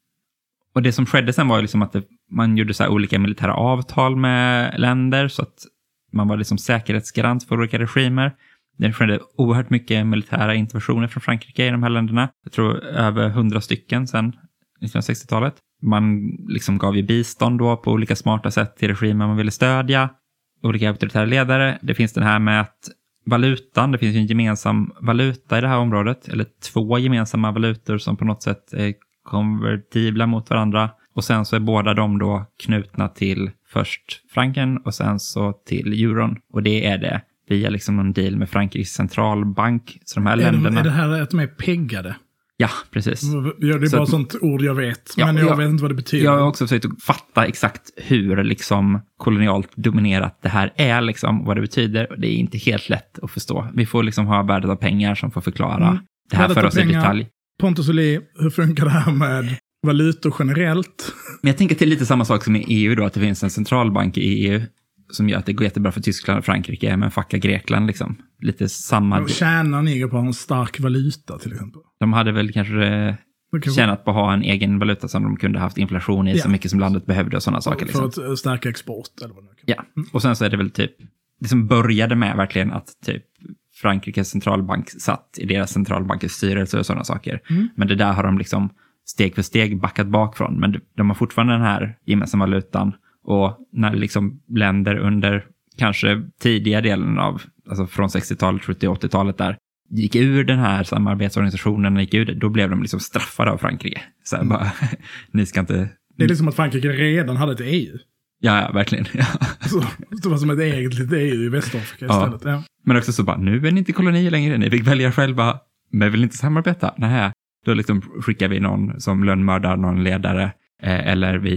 Och det som skedde sen var ju liksom att det, man gjorde så här olika militära avtal med länder, så att man var liksom säkerhetsgarant för olika regimer. Det skedde oerhört mycket militära interventioner från Frankrike i de här länderna. Jag tror över hundra stycken sedan nittonhundrasextiotalet. Man liksom gav ju bistånd då på olika smarta sätt till regimer man ville stödja. Olika auktoritära ledare. Det finns den här med att valutan, det finns ju en gemensam valuta i det här området. Eller två gemensamma valutor som på något sätt är konvertibla mot varandra. Och sen så är båda de då knutna till först franken och sen så till euron. Och det är det via liksom någon deal med Frankrikes centralbank. Så de här är länderna... De, är det här att de är peggade? Ja, precis. Ja, det är så bara att, sånt ord jag vet, ja, men jag, jag vet inte vad det betyder. Jag har också försökt att fatta exakt hur liksom kolonialt dominerat det här är, liksom, vad det betyder. Och det är inte helt lätt att förstå. Vi får liksom ha värdet av pengar som får förklara mm. det här för oss i detalj. Pontus Oli, hur funkar det här med valutor generellt? Men jag tänker att det är lite samma sak som i E U då, att det finns en centralbank i E U som gör att det går jättebra för Tyskland och Frankrike, men fuckar Grekland liksom. Lite samma... Tjänar Niger på en stark valuta till exempel? De hade väl kanske tjänat på att ha en egen valuta som de kunde haft inflation i ja. så mycket som landet behövde och sådana saker. För liksom. att stärka export eller vad det kan vara. Ja, och sen så är det väl typ, det som började med verkligen att typ Frankrikes centralbank satt i deras centralbankens styrelse och sådana saker. Mm. Men det där har de liksom steg för steg backat bak från. Men de har fortfarande den här gemensamma valutan. Och när liksom länder under kanske tidiga delen av, alltså från sextiotalet, sjuttio- och åttiotalet där, gick ur den här samarbetsorganisationen, gick ur det, då blev de liksom straffade av Frankrike. Så här, mm. bara, ni ska inte... Det är liksom att Frankrike redan hade ett E U. Ja, ja verkligen. Ja. Så det var som ett eget litet E U i Västafrika istället. Ja. Ja. Men också så bara, nu är ni inte kolonier längre, ni fick välja själva, men vill inte samarbeta? Nej, då liksom skickar vi någon som lönnmördar någon ledare, eh, eller vi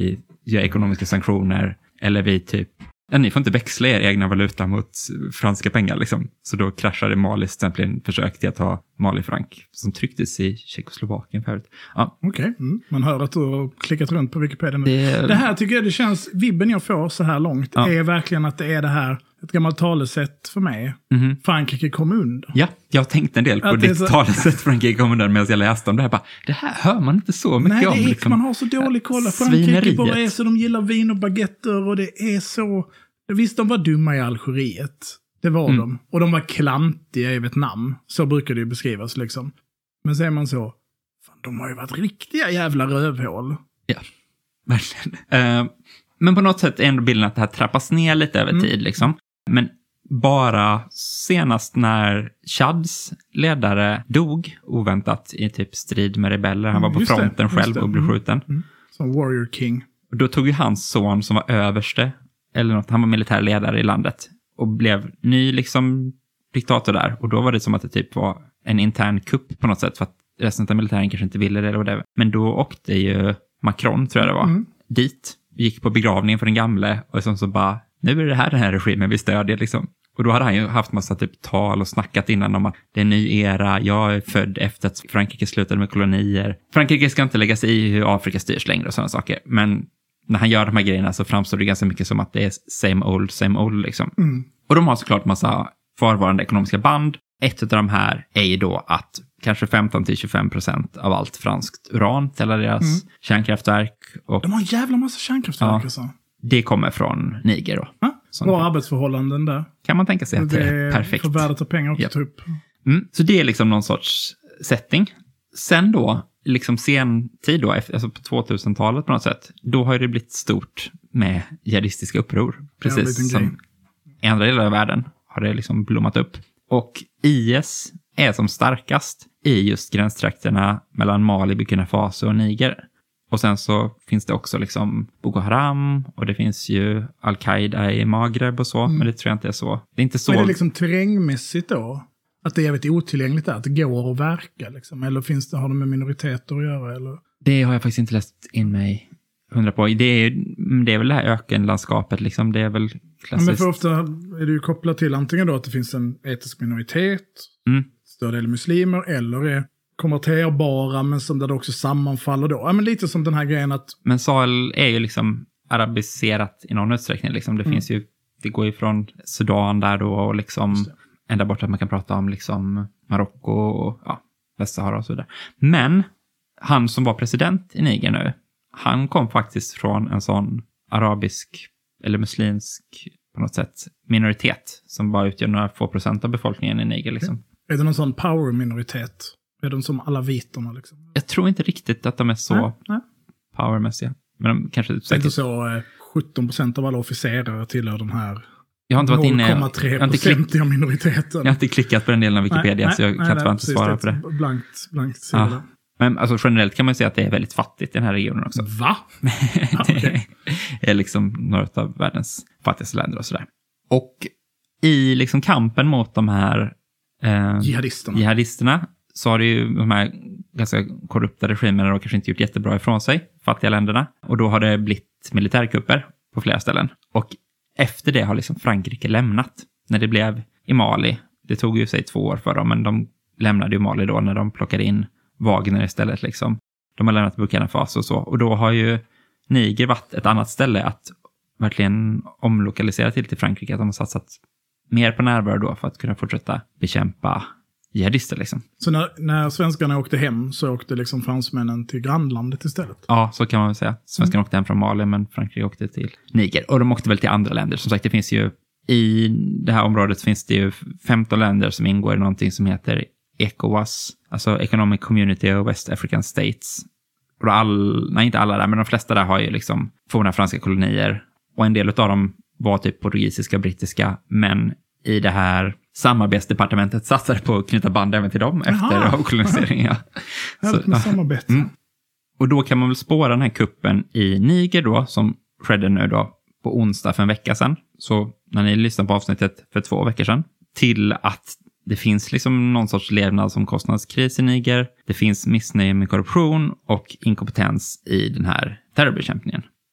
gör ekonomiska sanktioner, eller vi typ, ja, ni får inte växla er egna valuta mot franska pengar liksom. Så då kraschade Malis stämplingen försök till att ha Mali-frank som trycktes i Tjeckoslovakien förut. Ja. Okej, okay. mm. Man hör att du har klickat runt på Wikipedia nu. Det, det här tycker jag det känns, vibben jag får så här långt ja. är verkligen att det är det här, ett gammalt talesätt för mig. Mm-hmm. Frankrike kom undan. Ja, jag tänkte en del på ditt så... talesätt Frankrike kom undan medan jag läste om det här. Bara, det här hör man inte så mycket Nej, om. Nej, det är liksom, man har så dålig koll. Frankrike bara är så, de gillar vin och baguetter och det är så... Visst, de var dumma i Algeriet. Det var mm. de. Och de var klantiga i Vietnam. Så brukar det ju beskrivas liksom. Men säger man så, fan, de har ju varit riktiga jävla rövhål. Ja, verkligen. Uh, men på något sätt är ändå bilden att det här trappas ner lite över mm. tid liksom. Men bara senast när Chads ledare dog oväntat i typ strid med rebeller. Han var på just fronten det, själv och blev skjuten. Mm. Som Warrior King. Och då tog ju hans son som var överste, eller något, han var militärledare i landet och blev ny liksom diktator där. Och då var det som att det typ var en intern kupp på något sätt för att resten av militären kanske inte ville det eller whatever. Men då åkte ju Macron, tror jag det var, mm. dit. Gick på begravningen för den gamle och som så bara, nu är det här den här regimen vi stödjer liksom. Och då hade han ju haft massa typ tal och snackat innan om att det är en ny era. Jag är född efter att Frankrike slutade med kolonier. Frankrike ska inte lägga sig i hur Afrika styrs längre och sådana saker. Men när han gör de här grejerna så framstår det ganska mycket som att det är same old, same old liksom. Mm. Och de har såklart massa förvarande ekonomiska band. Ett av de här är ju då att kanske femton till tjugofem procent av allt franskt uran till alla deras mm. kärnkraftverk. Och, de har en jävla massa kärnkraftverk ja, alltså. Det kommer från Niger då. Ja, bra arbetsförhållanden där. Kan man tänka sig att det, det är perfekt. För värdet av pengar också. Yep. Typ. Mm. Så det är liksom någon sorts setting. Sen då, liksom sen tid då, alltså på tvåtusentalet på något sätt, då har det blivit stort med jihadistiska uppror. Precis som grej. I andra delar av världen har det liksom blommat upp. Och I S är som starkast i just gränstrakterna mellan Mali, Burkina Faso och Niger. Och sen så finns det också liksom Boko Haram och det finns ju Al-Qaida i Maghreb och så, mm. men det tror jag inte är så. Det är inte så. Men är det liksom terrängmässigt då? Att det är jävligt otillgängligt där, att det går att verka liksom? Eller finns det, har det med minoriteter att göra? Eller? Det har jag faktiskt inte läst in mig hundra på. Det är, det är väl det här ökenlandskapet liksom, det är väl klassiskt. Ja, men för ofta är det ju kopplat till antingen då att det finns en etisk minoritet, mm. större del muslimer, eller är konverterbara men som där det också sammanfaller då. Ja, men lite som den här grejen att... Men Sahel är ju liksom arabiserat i någon utsträckning liksom. Det mm. finns ju, det går ju från Sudan där då och liksom ända bort att man kan prata om liksom Marocko och ja, Västsahara och så vidare. Men han som var president i Niger nu, han kom faktiskt från en sån arabisk eller muslimsk på något sätt minoritet som bara utgör några få procent av befolkningen i Niger liksom. Är det någon sån power-minoritet? Är de som alla vitorna liksom? Jag tror inte riktigt att de är så nej, nej. powermässiga. Men de kanske säkert... Det är inte så eh, sjutton procent av alla officerare tillhör de här jag har inte varit inne, noll komma tre procent av minoriteten. Jag har inte klickat på den delen av Wikipedia nej, så jag nej, kan nej, inte svara på det. Blankt, blankt ja. Men alltså, generellt kan man säga att det är väldigt fattigt i den här regionen också. Va? det okay. är liksom några av världens fattigaste länder och sådär. Och i liksom kampen mot de här eh, jihadisterna. jihadisterna så har det ju de här ganska korrupta regimerna och kanske inte gjort jättebra ifrån sig, fattiga länderna. Och då har det blivit militärkupper på flera ställen. Och efter det har liksom Frankrike lämnat. När det blev i Mali, det tog ju sig två år för dem, men de lämnade ju Mali då när de plockade in Wagner istället liksom. De har lämnat Burkina Faso och så. Och då har ju Niger varit ett annat ställe att verkligen omlokalisera till till Frankrike. Att de har satsat mer på närvaro då för att kunna fortsätta bekämpa jihadister liksom. Så när, när svenskarna åkte hem så åkte liksom fransmännen till grannlandet istället? Ja, så kan man väl säga. Svenskarna mm. åkte hem från Mali men Frankrike åkte till Niger. Och de åkte väl till andra länder. Som sagt, det finns ju i det här området finns det ju femton länder som ingår i någonting som heter ECOWAS, alltså Economic Community of West African States. Och all, nej inte alla där, men de flesta där har ju liksom forna franska kolonier. Och en del av dem var typ portugisiska, brittiska, men i det här samarbetsdepartementet satsade på att knyta band även till dem efter avkoloniseringen. Ja. Så, med samarbete. Mm. Och då kan man väl spåra den här kuppen i Niger då, som skedde nu då på onsdag för en vecka sedan. Så när ni lyssnade på avsnittet för två veckor sedan, till att det finns liksom någon sorts levnadsomkostnadskris i Niger. Det finns missnöje med korruption och inkompetens i den här terrorbekämpningen.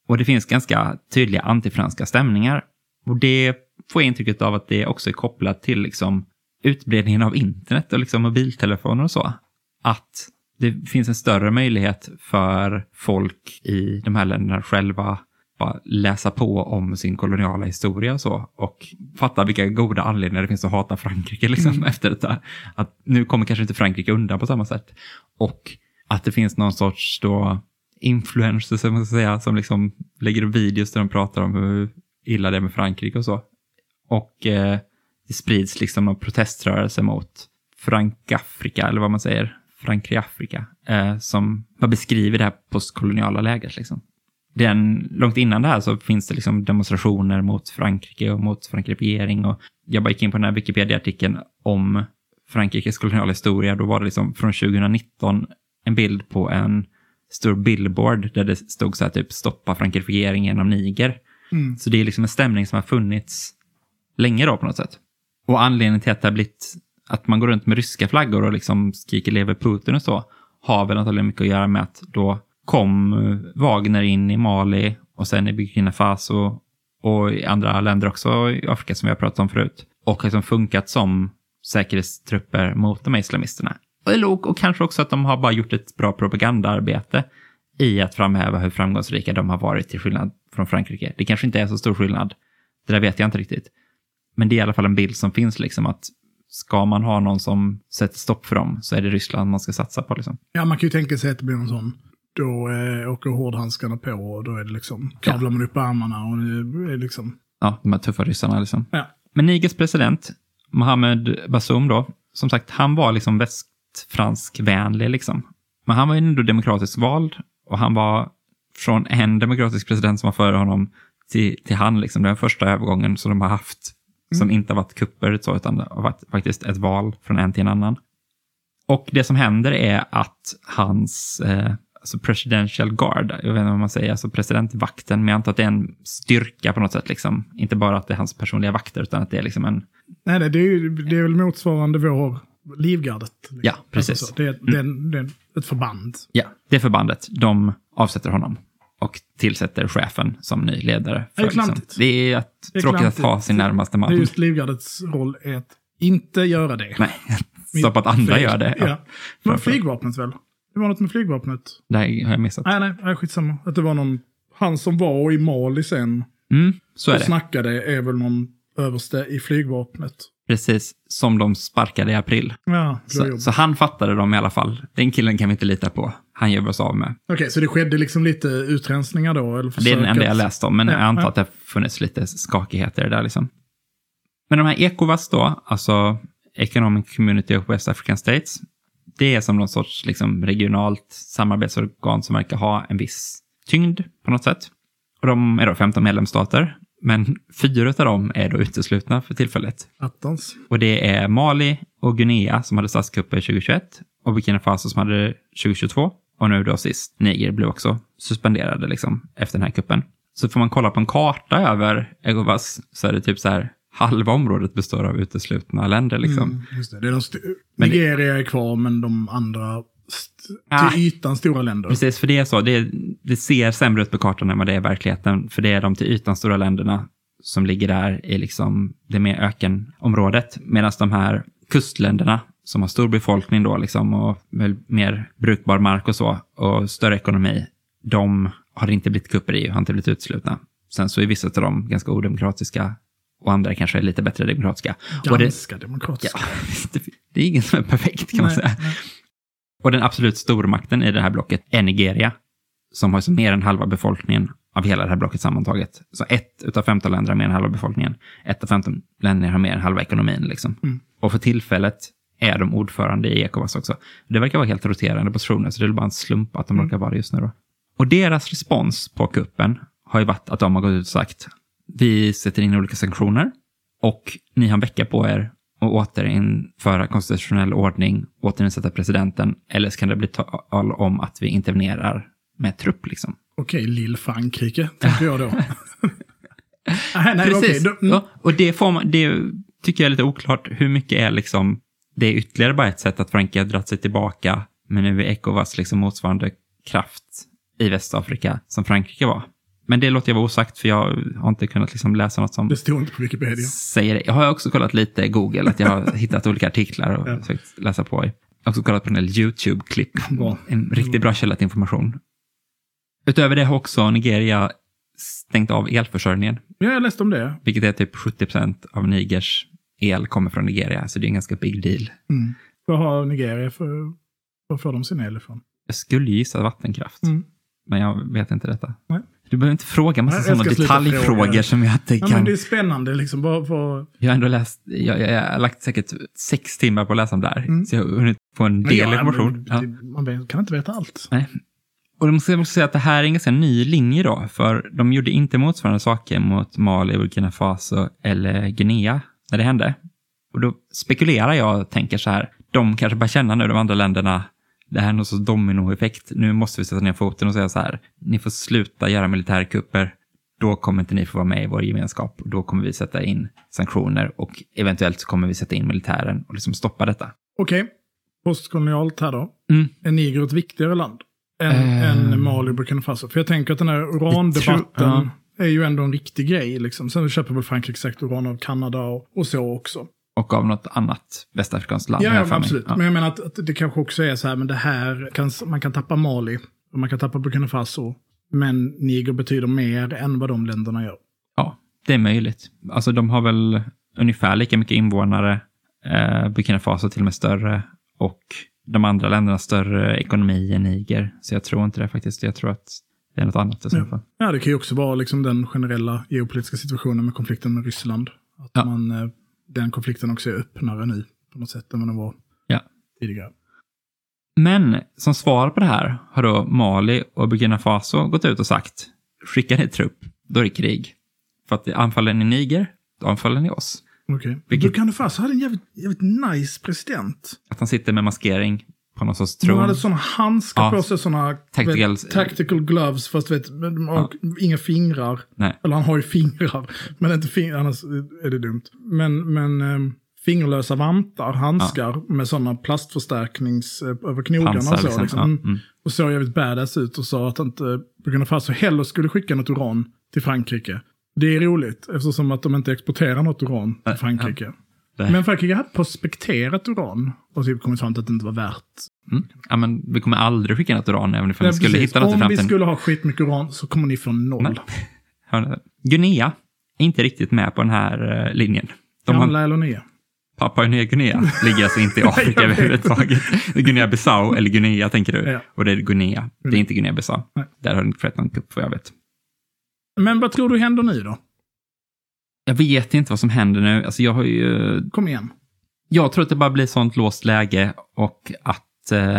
Och det finns ganska tydliga antifranska stämningar. Och det får jag intrycket av att det också är kopplat till liksom utbredningen av internet och liksom mobiltelefoner och så. Att det finns en större möjlighet för folk i de här länderna själva bara läsa på om sin koloniala historia och så. Och fatta vilka goda anledningar det finns att hata Frankrike liksom mm. efter detta. Att nu kommer kanske inte Frankrike undan på samma sätt. Och att det finns någon sorts då influencers som man ska säga, som liksom lägger upp videos där de pratar om hur illa det är med Frankrike och så. Och eh, det sprids liksom någon proteströrelse mot Frankafrika, eller vad man säger, Frankrike-Afrika, eh, som beskriver det här postkoloniala läget liksom. Den, långt innan det här så finns det liksom demonstrationer mot Frankrike och mot Frankrike-regering, och jag bara gick in på den här Wikipedia-artikeln om Frankrikes koloniala historia. Då var det liksom från tjugonitton en bild på en stor billboard där det stod så här typ stoppa Frankrike-regering genom Niger. Mm. Så det är liksom en stämning som har funnits länge då på något sätt. Och anledningen till att det har blivit att man går runt med ryska flaggor och liksom skriker lever Putin och så, har väl antagligen mycket att göra med att då kom Wagner in i Mali och sen i Burkina Faso och i andra länder också i Afrika som vi har pratat om förut. Och liksom funkat som säkerhetstrupper mot de här islamisterna. Och, och kanske också att de har bara gjort ett bra propagandaarbete i att framhäva hur framgångsrika de har varit till skillnad från Frankrike. Det kanske inte är så stor skillnad. Det där vet jag inte riktigt. Men det är i alla fall en bild som finns liksom, att ska man ha någon som sätter stopp för dem så är det Ryssland man ska satsa på liksom. Ja, man kan ju tänka sig att det blir någon sån. Då eh, åker hårdhandskarna på och då är det liksom, kavlar man upp armarna och det är liksom... Ja, de här tuffa ryssarna liksom. Ja. Men Nigers president, Mohamed Bazoum då, som sagt, han var liksom västfranskvänlig liksom. Men han var ju ändå demokratiskt vald och han var från en demokratisk president som var före honom till, till han liksom. Det var första övergången som de har haft som mm. inte har varit kupper så, utan det har varit faktiskt ett val från en till en annan. Och det som händer är att hans eh, alltså presidential guard, jag vet inte vad man säger, alltså presidentvakten, men jag antar att det är en styrka på något sätt liksom. Inte bara att det är hans personliga vakter, utan att det är liksom en... Nej, det är ju det är väl motsvarande vår livgardet. Liksom. Ja, precis. Alltså, det, är, mm. det, är, det är ett förband. Ja, det förbandet. De avsätter honom och tillsätter chefen som ny ledare. För, det är klantigt. Liksom. Det är, att, det är tråkigt klantigt. Att ha sin närmaste man. Det är just livgardets roll är att inte göra det. Nej, stoppa att andra gör det. Ja. Ja. Men flygvapnet väl? Det var något med flygvapnet. Det har jag missat. Nej, nej, nej, skitsamma. Att det var någon, han som var i Mali sen mm, så är och det. snackade är väl någon överste i flygvapnet. Precis, som de sparkade i april. Ja, så, så han fattade dem i alla fall. Den killen kan vi inte lita på. Han gör oss av med. Okej, okay, så det skedde liksom lite utrensningar då? Eller det är den enda jag läst om, men ja, jag antar ja. att det har funnits lite skakigheter där liksom. Men de här ECOWAS då, alltså Economic Community of West African States, det är som någon sorts liksom, regionalt samarbetsorgan som verkar ha en viss tyngd på något sätt. Och de är då femton medlemsstater, men fyra av dem är då uteslutna för tillfället. Attans. Och det är Mali och Guinea som hade statskupper tjugohundratjugoett och Burkina Faso som hade tjugohundratjugotvå. Och nu då sist, Niger blev också suspenderade liksom, efter den här kuppen. Så får man kolla på en karta över ECOWAS så är det typ så här, halva området består av uteslutna länder liksom. Mm, just det. Det är de st- Nigeria är kvar, men de andra st- ah, till ytan stora länder. Precis, för det är så. Det, det ser sämre ut på kartan än vad det är i verkligheten. För det är de till ytan stora länderna som ligger där i liksom det mer ökenområdet. Medan de här kustländerna som har stor befolkning då liksom och väl mer brukbar mark och så och större ekonomi, de har inte blivit kupper i och har inte blivit utslutna. Sen så är vissa av dem ganska odemokratiska och andra kanske är lite bättre demokratiska. Ganska och det, demokratiska. Ja, det är ingen som är perfekt kan man nej, säga. Nej. Och den absolut stormakten i det här blocket är Nigeria, som har så mer än halva befolkningen av hela det här blocket sammantaget. Så ett utav femton länder har mer än halva befolkningen. Ett av femton länder har mer än halva ekonomin liksom. Mm. Och för tillfället är de ordförande i ECOWAS också. Det verkar vara helt roterande positioner, så det är bara en slump att de mm. råkar vara just nu då. Och deras respons på kuppen har ju varit att de har gått ut och sagt: vi sätter in olika sanktioner och ni har en vecka på er att återinföra konstitutionell ordning, återinsätta presidenten, eller så kan det bli tal om att vi intervenerar med trupp liksom. Okej, lill Frankrike, tänker jag då. nej, nej, precis. Okay. Då, mm. ja, och det, får man, det tycker jag är lite oklart hur mycket är liksom, det är ytterligare bara ett sätt att Frankrike har dragit sig tillbaka, men nu är ECOWAS liksom motsvarande kraft i Västafrika som Frankrike var. Men det låter jag vara osagt för jag har inte kunnat liksom läsa något som... Det står inte på Wikipedia. Säger det. Jag har också kollat lite Google, att jag har hittat olika artiklar och ja. läsa på. Jag har också kollat på en YouTube-klipp. Bra. En riktigt bra källa till information. Utöver det har också Nigeria stängt av elförsörjningen. Ja, jag läste om det. Vilket är typ sjuttio procent av Nigers el kommer från Nigeria. Så det är en ganska big deal. Mm. Vad har Nigeria för... Var får de sin el ifrån? Jag skulle gissa vattenkraft. Mm. Men jag vet inte detta. Nej. Du behöver inte fråga massa sådana detaljfrågor som jag inte kan... Ja, men det är spännande liksom. Bara, bara... Jag har ändå läst... Jag, jag, jag har lagt säkert sex timmar på att läsa om det här. Mm. Så jag har hunnit få en del ja, information. Ja. Man kan inte veta allt. Nej. Och de måste säga att det här är en ganska ny linje då. För de gjorde inte motsvarande saker mot Mali, Burkina Faso eller Guinea när det hände. Och då spekulerar jag och tänker så här. De kanske bara känner nu de andra länderna. Det här är någon sorts dominoeffekt. Nu måste vi sätta ner foten och säga så här. Ni får sluta göra militärkupper. Då kommer inte ni få vara med i vår gemenskap. Och då kommer vi sätta in sanktioner. Och eventuellt så kommer vi sätta in militären och liksom stoppa detta. Okej. Okay. Postkolonialt här då. Mm. Är Niger ett viktigare land än, uh... än Mali och Burkina Faso? För jag tänker att den här urandebatten tror, uh. är ju ändå en riktig grej. Liksom. Sen köper väl Frankrike säkert uran av Kanada och, och så också. Och av något annat västafrikanskt land. Ja, ja absolut. Ja. Men jag menar att, att det kanske också är så här, men det här, kan, man kan tappa Mali och man kan tappa Burkina Faso. Men Niger betyder mer än vad de länderna gör. Ja, det är möjligt. Alltså de har väl ungefär lika mycket invånare. Eh, Burkina Faso till och med större. Och de andra länderna större ekonomi än Niger. Så jag tror inte det faktiskt. Jag tror att det är något annat i så fall. Ja, det kan ju också vara liksom den generella geopolitiska situationen med konflikten med Ryssland. Att ja. man... Eh, den konflikten också är öppnare nu på något sätt än vad den var ja. tidigare. Men som svar på det här har då Mali och Burkina Faso gått ut och sagt skicka ner trupp, då är det krig. För att anfallen i Niger, då anfallen ni oss. Okej. Okay. Vilket... Burkina Faso hade en jävligt, jävligt nice president. Att han sitter med maskering på någon sorts tron. Han hade sådana handskar ja. på sig, sådana tactical... vet, tactical gloves, fast vet, ja. inga fingrar. Nej. Eller han har ju fingrar, men inte fingrar, annars är det dumt. Men, men um, fingerlösa vantar, handskar ja. med sådana plastförstärknings över knogarna och så. Liksom. Liksom. Ja. Mm. Och så jävligt badass ut och sa att inte Burkina Faso heller skulle skicka något uran till Frankrike. Det är roligt, eftersom att de inte exporterar något uran till Frankrike. Ja. Det. Men Frankrike hade prospekterat uran och typ kommit fram till att det inte var värt. Mm. Ja, men vi kommer aldrig skicka något uran även ifall vi skulle hitta något i framtiden. Om vi skulle ha skitmycket uran så kommer ni från noll. Nej. Guinea är inte riktigt med på den här uh, linjen. De Gamla har... eller nya? Papua Nya Guinea ligger alltså inte i Afrika överhuvudtaget. Guinea-Bissau eller Guinea tänker du. Ja. Och det är Guinea. Det är inte Guinea-Bissau. Nej. Där har det inte skett någon kupp vad jag vet. Men vad tror du händer nu då? Jag vet inte vad som händer nu. Alltså jag har ju... Kom igen. Jag tror att det bara blir sånt låst läge och att eh,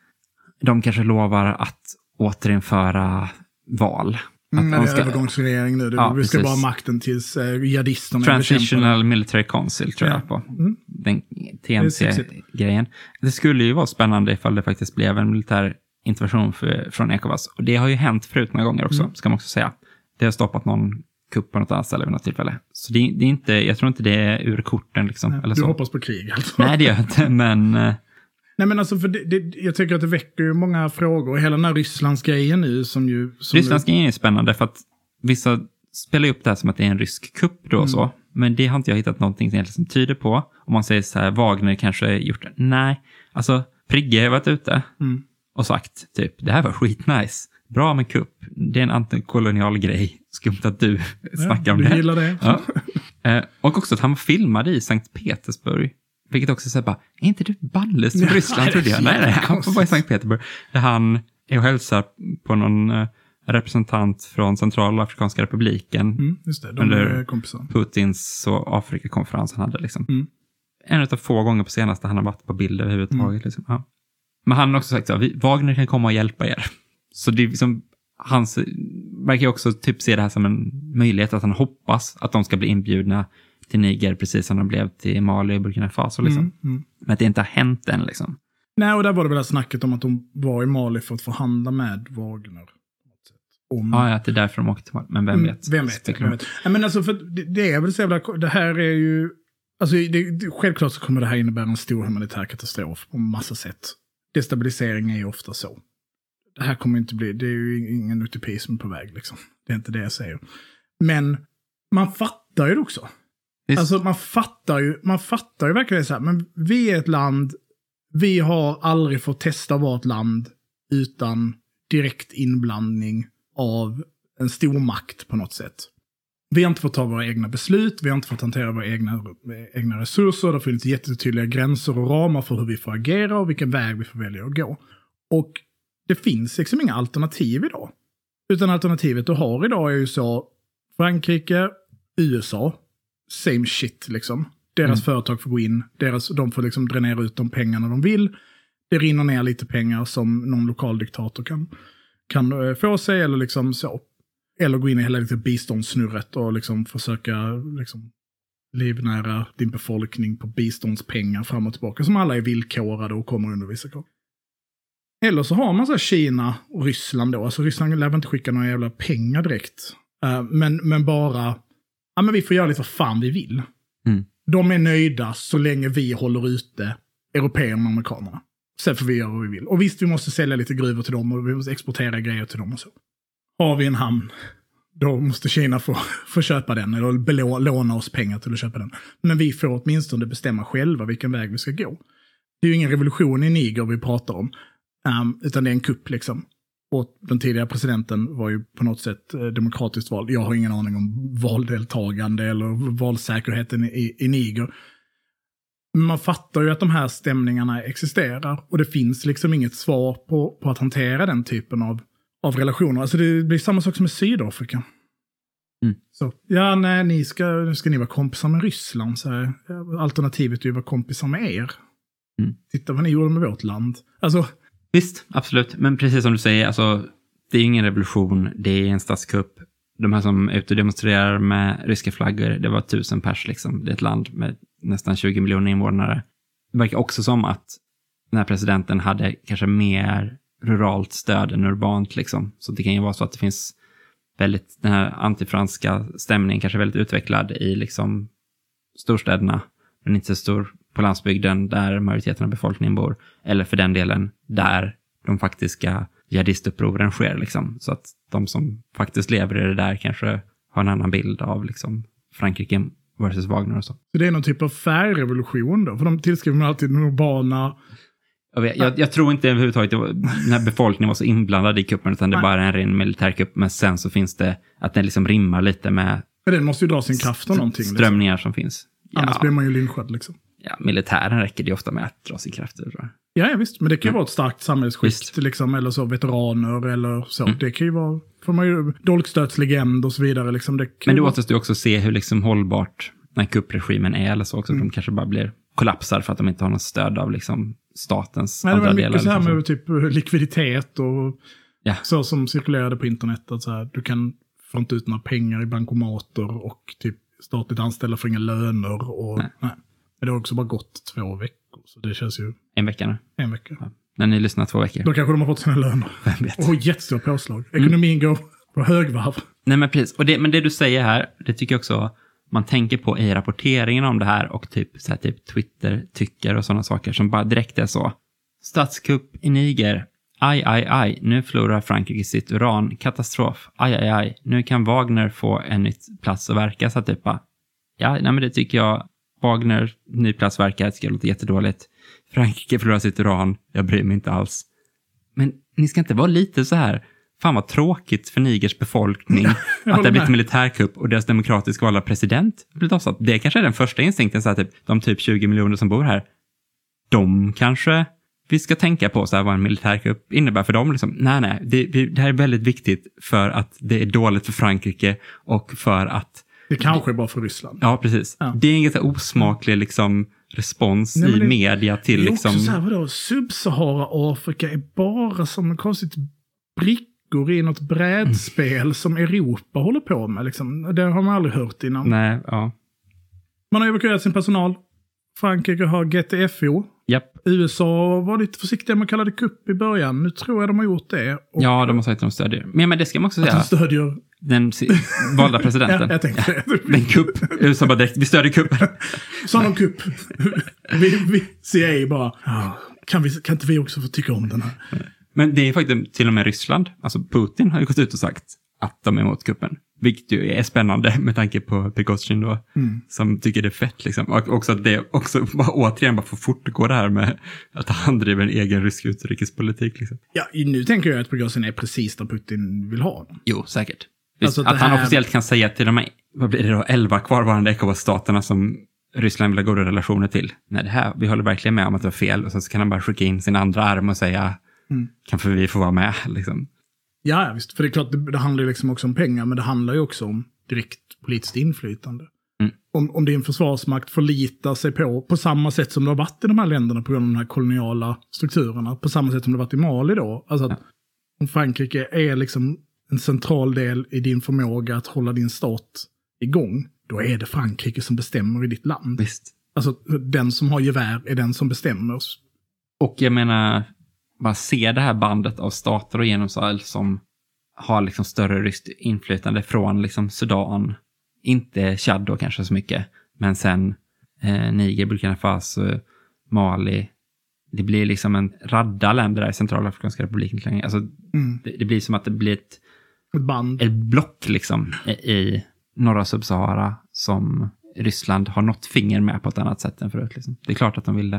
de kanske lovar att återinföra val. Mm, det är ska... övergångsregering nu. Ja, vi ska precis. bara ha makten tills eh, jihadisterna Transitional Military Council tror ja. jag på. Mm. Den T M C-grejen. Det skulle ju vara spännande ifall det faktiskt blev en militär intervention för, från ECOWAS. Och det har ju hänt förut några gånger också, mm. ska man också säga. Det har stoppat någon kupp på något annat ställe vid något tillfälle. Så det, det är inte, jag tror inte det är ur korten liksom. Nej, eller du så. hoppas på krig alltså. Nej, det gör jag inte, men... Nej, men alltså, för det, det, jag tycker att det väcker ju många frågor. Hela den här Rysslands-grejen nu som ju... Som Rysslands-grejen är spännande för att vissa spelar upp det här som att det är en rysk kupp då och mm. så. Men det har inte jag hittat någonting som, som tyder på. Om man säger så här, Wagner kanske gjort det. Nej, alltså Prigge har varit ute mm. och sagt typ, det här var skitnice. Bra med kupp. Det är en antikolonial grej. Skumt att du ja, snackar om du det. Du gillar det. Ja. eh, och också att han filmade i Sankt Petersburg. Vilket också säger bara, är inte du ballest från Ryssland trodde jag? Nej, nej, han var bara i Sankt Petersburg. Där han är och hälsar på någon eh, representant från Centralafrikanska republiken. Mm, just det, de under kompisar. Putins och Afrikakonferens han hade liksom. Mm. En av få gånger på senaste han har varit på bild överhuvudtaget. Mm. Liksom. Ja. Men han har också sagt så här, Wagner kan komma och hjälpa er. Så det är liksom, han verkar också typ se det här som en möjlighet att han hoppas att de ska bli inbjudna till Niger precis som de blev till Mali och Burkina Faso liksom. Mm, mm. Men att det inte har hänt än liksom. Nej, och där var det väl snacket om att de var i Mali för att förhandla med Wagner. Om... Ja, ja, det är därför de åkte till Mali. Men vem mm, vet? Vem vet? Vem vet? Ja, men alltså, för det, det är väl så jävla... Det här är ju... Alltså, det, det, självklart så kommer det här innebära en stor humanitär katastrof på massa sätt. Destabilisering är ju ofta så. det här kommer inte bli, det är ju ingen utopism på väg liksom. Det är inte det jag säger. Men man fattar ju det också. Visst. Alltså man fattar ju, man fattar ju verkligen så här, men vi är ett land, vi har aldrig fått testa vårt land utan direkt inblandning av en stor makt på något sätt. Vi har inte fått ta våra egna beslut, vi har inte fått hantera våra egna, egna resurser, det har funnits jättetydliga gränser och ramar för hur vi får agera och vilken väg vi får välja att gå. Och det finns liksom inga alternativ idag. Utan alternativet du har idag är ju så Frankrike, U S A, same shit liksom. Deras mm. företag får gå in, deras, de får liksom dränera ut de pengarna de vill. Det rinner ner lite pengar som någon lokal diktator kan, kan få sig eller liksom så. Eller gå in i hela liksom biståndssnurret och liksom försöka liksom livnära din befolkning på biståndspengar fram och tillbaka. Som alla är villkorade och kommer under vissa krav. Eller så har man så här Kina och Ryssland då. Alltså Ryssland lär inte skicka några jävla pengar direkt. Uh, men, men bara, ja men vi får göra lite vad fan vi vill. Mm. De är nöjda så länge vi håller ute européerna och amerikanerna. Sen får vi göra vad vi vill. Och visst, vi måste sälja lite gruvor till dem och vi måste exportera grejer till dem och så. Har vi en hamn, då måste Kina få, få köpa den eller belå, låna oss pengar till att köpa den. Men vi får åtminstone bestämma själva vilken väg vi ska gå. Det är ju ingen revolution i Niger vi pratar om, um, utan det är en kupp liksom. Och den tidigare presidenten var ju på något sätt eh, demokratiskt vald. Jag har ingen aning om valdeltagande eller valsäkerheten i, i Niger. Men man fattar ju att de här stämningarna existerar och det finns liksom inget svar på, på att hantera den typen av av relationer. Alltså det blir samma sak som med Sydafrika. Mm. Så, ja, nej, ni ska, nu ska ni vara kompisar med Ryssland. Så här. Alternativet är ju att vara kompisar med er. Mm. Titta vad ni gjorde med vårt land. Alltså, visst, absolut. Men precis som du säger, alltså, det är ingen revolution, det är en statskupp. De här som är ute och demonstrerar med ryska flaggor, det var tusen pers liksom. Det är ett land med nästan tjugo miljoner invånare. Det verkar också som att den här presidenten hade kanske mer ruralt stöd än urbant liksom. Så det kan ju vara så att det finns väldigt, den här antifranska stämningen kanske väldigt utvecklad i liksom storstäderna, men inte så stor på landsbygden där majoriteten av befolkningen bor, eller för den delen där de faktiska jihadistupproren sker liksom. Så att de som faktiskt lever i det där kanske har en annan bild av liksom Frankrike versus Wagner och så. Så det är någon typ av färgrevolution då? För de tillskriver man alltid den urbana. Jag, vet, jag, jag tror inte överhuvudtaget att den här befolkningen var så inblandad i kuppen, utan det är bara en ren militärkupp. Men sen så finns det att den liksom rimmar lite med... Men den måste ju dra sin kraft av någonting. Strömningar liksom. Som finns. Annars ja. blir man ju lynchad liksom. Ja, militären räcker det ofta med att dra sin kraft. Tror jag. Ja, ja, visst. Men det kan ju mm. vara ett starkt samhällsskikt liksom, eller så veteraner eller så. Mm. Det kan ju vara, får man ju dolkstötslegend och så vidare. Liksom. Det men det vara... återstår också se hur liksom hållbart den här kuppregimen är eller så också. Mm. De kanske bara blir kollapsar för att de inte har något stöd av liksom statens Nej, andra delar. Det var mycket så här med liksom. typ likviditet och ja. så som cirkulerade på internet. Att så här, du kan få inte ut några pengar i bankomater och typ statligt anställda får inga löner. Och, nej. Nej. Men det har också bara gått två veckor. Så det känns ju... En vecka nu. En vecka. Ja. När ni lyssnar två veckor. Då kanske de har fått sina löner. Vem vet. Och jättestora påslag. Ekonomin mm. går på högvarv. Nej men precis. Och det, men det du säger här, det tycker jag också man tänker på i rapporteringen om det här och typ, så här, typ Twitter tycker och sådana saker som bara direkt är så. Statskupp i Niger. Aj, aj, aj. Nu förlorar Frankrike sitt uran. Katastrof. Aj, aj, aj. Nu kan Wagner få en nytt plats att verka. Så typ bara, ja, nej men det tycker jag. Wagner, ny plats verka. Det ska låta jättedåligt. Frankrike förlorar sitt uran. Jag bryr mig inte alls. Men ni ska inte vara lite så här... Fan vad tråkigt för Nigers befolkning att det har blivit militärkupp och deras demokratiskt valda president. Det kanske är den första instinkten, så här, typ, de typ tjugo miljoner som bor här. De kanske vi ska tänka på så här, vad en militärkupp innebär för dem. Liksom. Nej, nej, det, det här är väldigt viktigt för att det är dåligt för Frankrike och för att... Det kanske är bra för Ryssland. Ja, precis. Ja. Det är en ganska osmaklig liksom, respons nej, i det, media till... Det är liksom... också så här, vadå, Subsahara-Afrika är bara som en konstigt brick går i något brädspel mm. som Europa håller på med. Liksom. Det har man aldrig hört innan. Nej, ja. Man har evakuerat sin personal. Frankrike har G T F O. Yep. U S A var lite försiktiga med att kalla det kupp i början. Nu tror jag de har gjort det. Och ja, de har sagt att de stödjer. Men, men det ska man också säga. Att de stödjer... Den valda presidenten. Ja, jag tänkte det. Den kupp. U S A bara direkt, vi stödjer kuppen. Sa de kupp. vi, vi, C I A bara, oh, kan, vi, kan inte vi också få tycka om den här? Men det är faktiskt till och med Ryssland. Alltså Putin har ju gått ut och sagt att de är emot kuppen. Vilket ju är spännande med tanke på Prigozjin då. Mm. Som tycker det är fett liksom. Och också att det också bara, återigen bara får fortgå det här med att han driver en egen rysk utrikespolitik liksom. Ja, nu tänker jag att Prigozjin är precis där Putin vill ha dem. Jo, säkert. Just, alltså att här... han officiellt kan säga till de här, vad blir det då, elva kvarvarande ECOWAS-staterna som Ryssland vill ha goda relationer till. Nej, det här, vi håller verkligen med om att det var fel. Och så kan han bara skicka in sin andra arm och säga, mm. kan vi få vara med liksom. Ja, visst. För det är klart, det, det handlar ju liksom också om pengar, men det handlar ju också om direkt politiskt inflytande. Mm. Om, om din försvarsmakt förlitar sig på, på samma sätt som det har varit i de här länderna på grund av de här koloniala strukturerna, på samma sätt som det har varit i Mali då. Alltså att ja. Om Frankrike är liksom en central del i din förmåga att hålla din stat igång, då är det Frankrike som bestämmer i ditt land. Visst. Alltså den som har gevär är den som bestämmer. Och jag menar, bara se det här bandet av stater och genomsal som har liksom större ryskt inflytande från liksom Sudan, inte Chad då kanske så mycket, men sen eh, Niger, Burkina Faso, Mali. Det blir liksom en radda länder där i Centralafrikanska republiken. Alltså, mm. det, det blir som att det blir ett, ett band. Ett block liksom i, i norra Subsahara som Ryssland har något finger med på ett annat sätt än förut. Liksom. Det är klart att de vill det.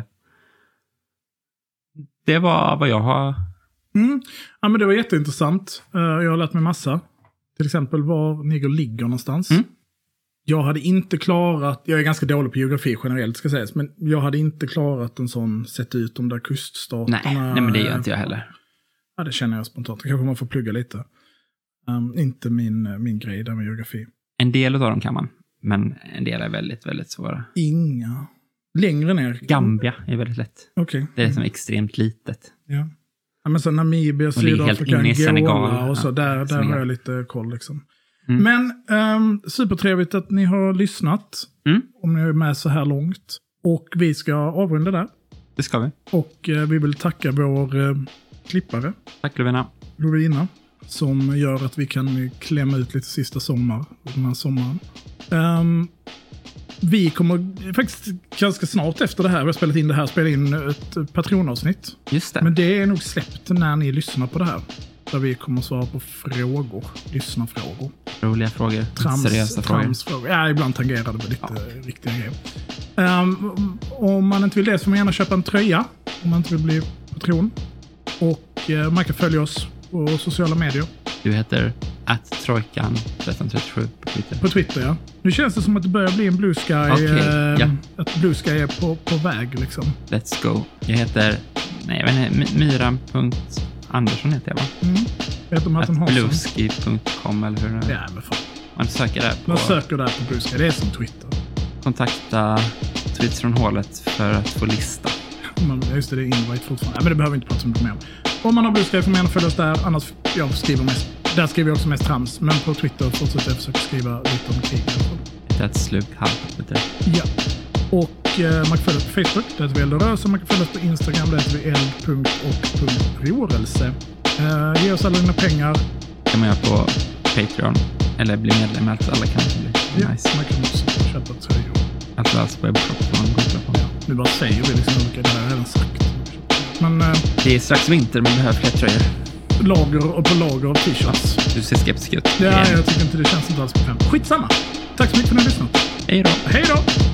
Det var vad jag har... Mm. Ja, men det var jätteintressant. Jag har lärt mig massa. Till exempel var Niger ligger någonstans. Mm. Jag hade inte klarat... Jag är ganska dålig på geografi generellt ska sägas. Men jag hade inte klarat en sån sett ut de där kuststaterna. Nej, nej men det gör inte jag heller. Ja, det känner jag spontant. Kanske man får plugga lite. Um, inte min, min grej där med geografi. En del av dem kan man. Men en del är väldigt, väldigt svåra. Inga. Längre ner. Gambia är väldigt lätt. Okay. Det är mm. som extremt litet. Ja. Ja, men så Namibia, Sydafrika, Angola och så. Där, ja, där har jag lite koll liksom. Mm. Men um, supertrevligt att ni har lyssnat. Mm. Om ni är med så här långt. Och vi ska avrunda där. Det ska vi. Och uh, vi vill tacka vår uh, klippare. Tack Lovina. Lovina. Som gör att vi kan klämma ut lite sista sommar. Den här sommaren. Um, vi kommer faktiskt ganska snart efter det här. Vi har spelat in det här. Spela in ett patronavsnitt. Just det. Men det är nog släppt när ni lyssnar på det här. Där vi kommer att svara på frågor. Lyssnarfrågor. Roliga frågor. Trams, seriösa trams frågor. Ja, ibland tangerar det lite ja. riktiga grejer. Um, om man inte vill det så får man gärna köpa en tröja. Om man inte vill bli patron. Och uh, man kan följa oss på sociala medier. Du heter at trojkan tretton trettiosju på Twitter. På Twitter, ja. Nu känns det som att det börjar bli en Blue Sky. Okay, uh, ja. Att Blue Sky är på, på väg liksom. Let's go. Jag heter, nej jag vet inte, myran punkt andersson heter jag va? Mm. Jag heter Martin Hansson. bluesky punkt com eller hur det är. Ja, men fan. Man söker där på... Man söker där på Blue Sky. Det är som Twitter. Kontakta Tweets från hålet för att få lista. Man, just det, det är invite fortfarande. Ja, men det behöver vi inte prata så mycket mer om. Om man har Blue Sky får man gärna följa oss där. Annars, jag skriver mest. Där skriver jag också mest trams. Men på Twitter fortsätter jag försöka skriva lite om krig. Det är ett slug halvt, vet du. Ja. Och eh, man kan följa oss på Facebook. Där heter vi Eldorösa. Man kan följa oss på Instagram. Där heter vi eld punkt och punkt rörelse. Eh, ge oss alla dina pengar. kan man göra på Patreon. Eller bli medlem. Allt alla kan bli. Ja, nice. Man kan också köpa tröjor. Allt alltså på webbshop som man googlar på. Ja, nu bara säger vi liksom olika. Det här är redan sagt. Men, eh, det är strax vinter men behöver fler tröjor. Lager och på lager av t-shirts. Du ser skeptisk ut. Ja, jag tycker inte det känns inte alls bekvämt. Skitsamma. Tack så mycket för att ni har lyssnat. Hej då. Hej då.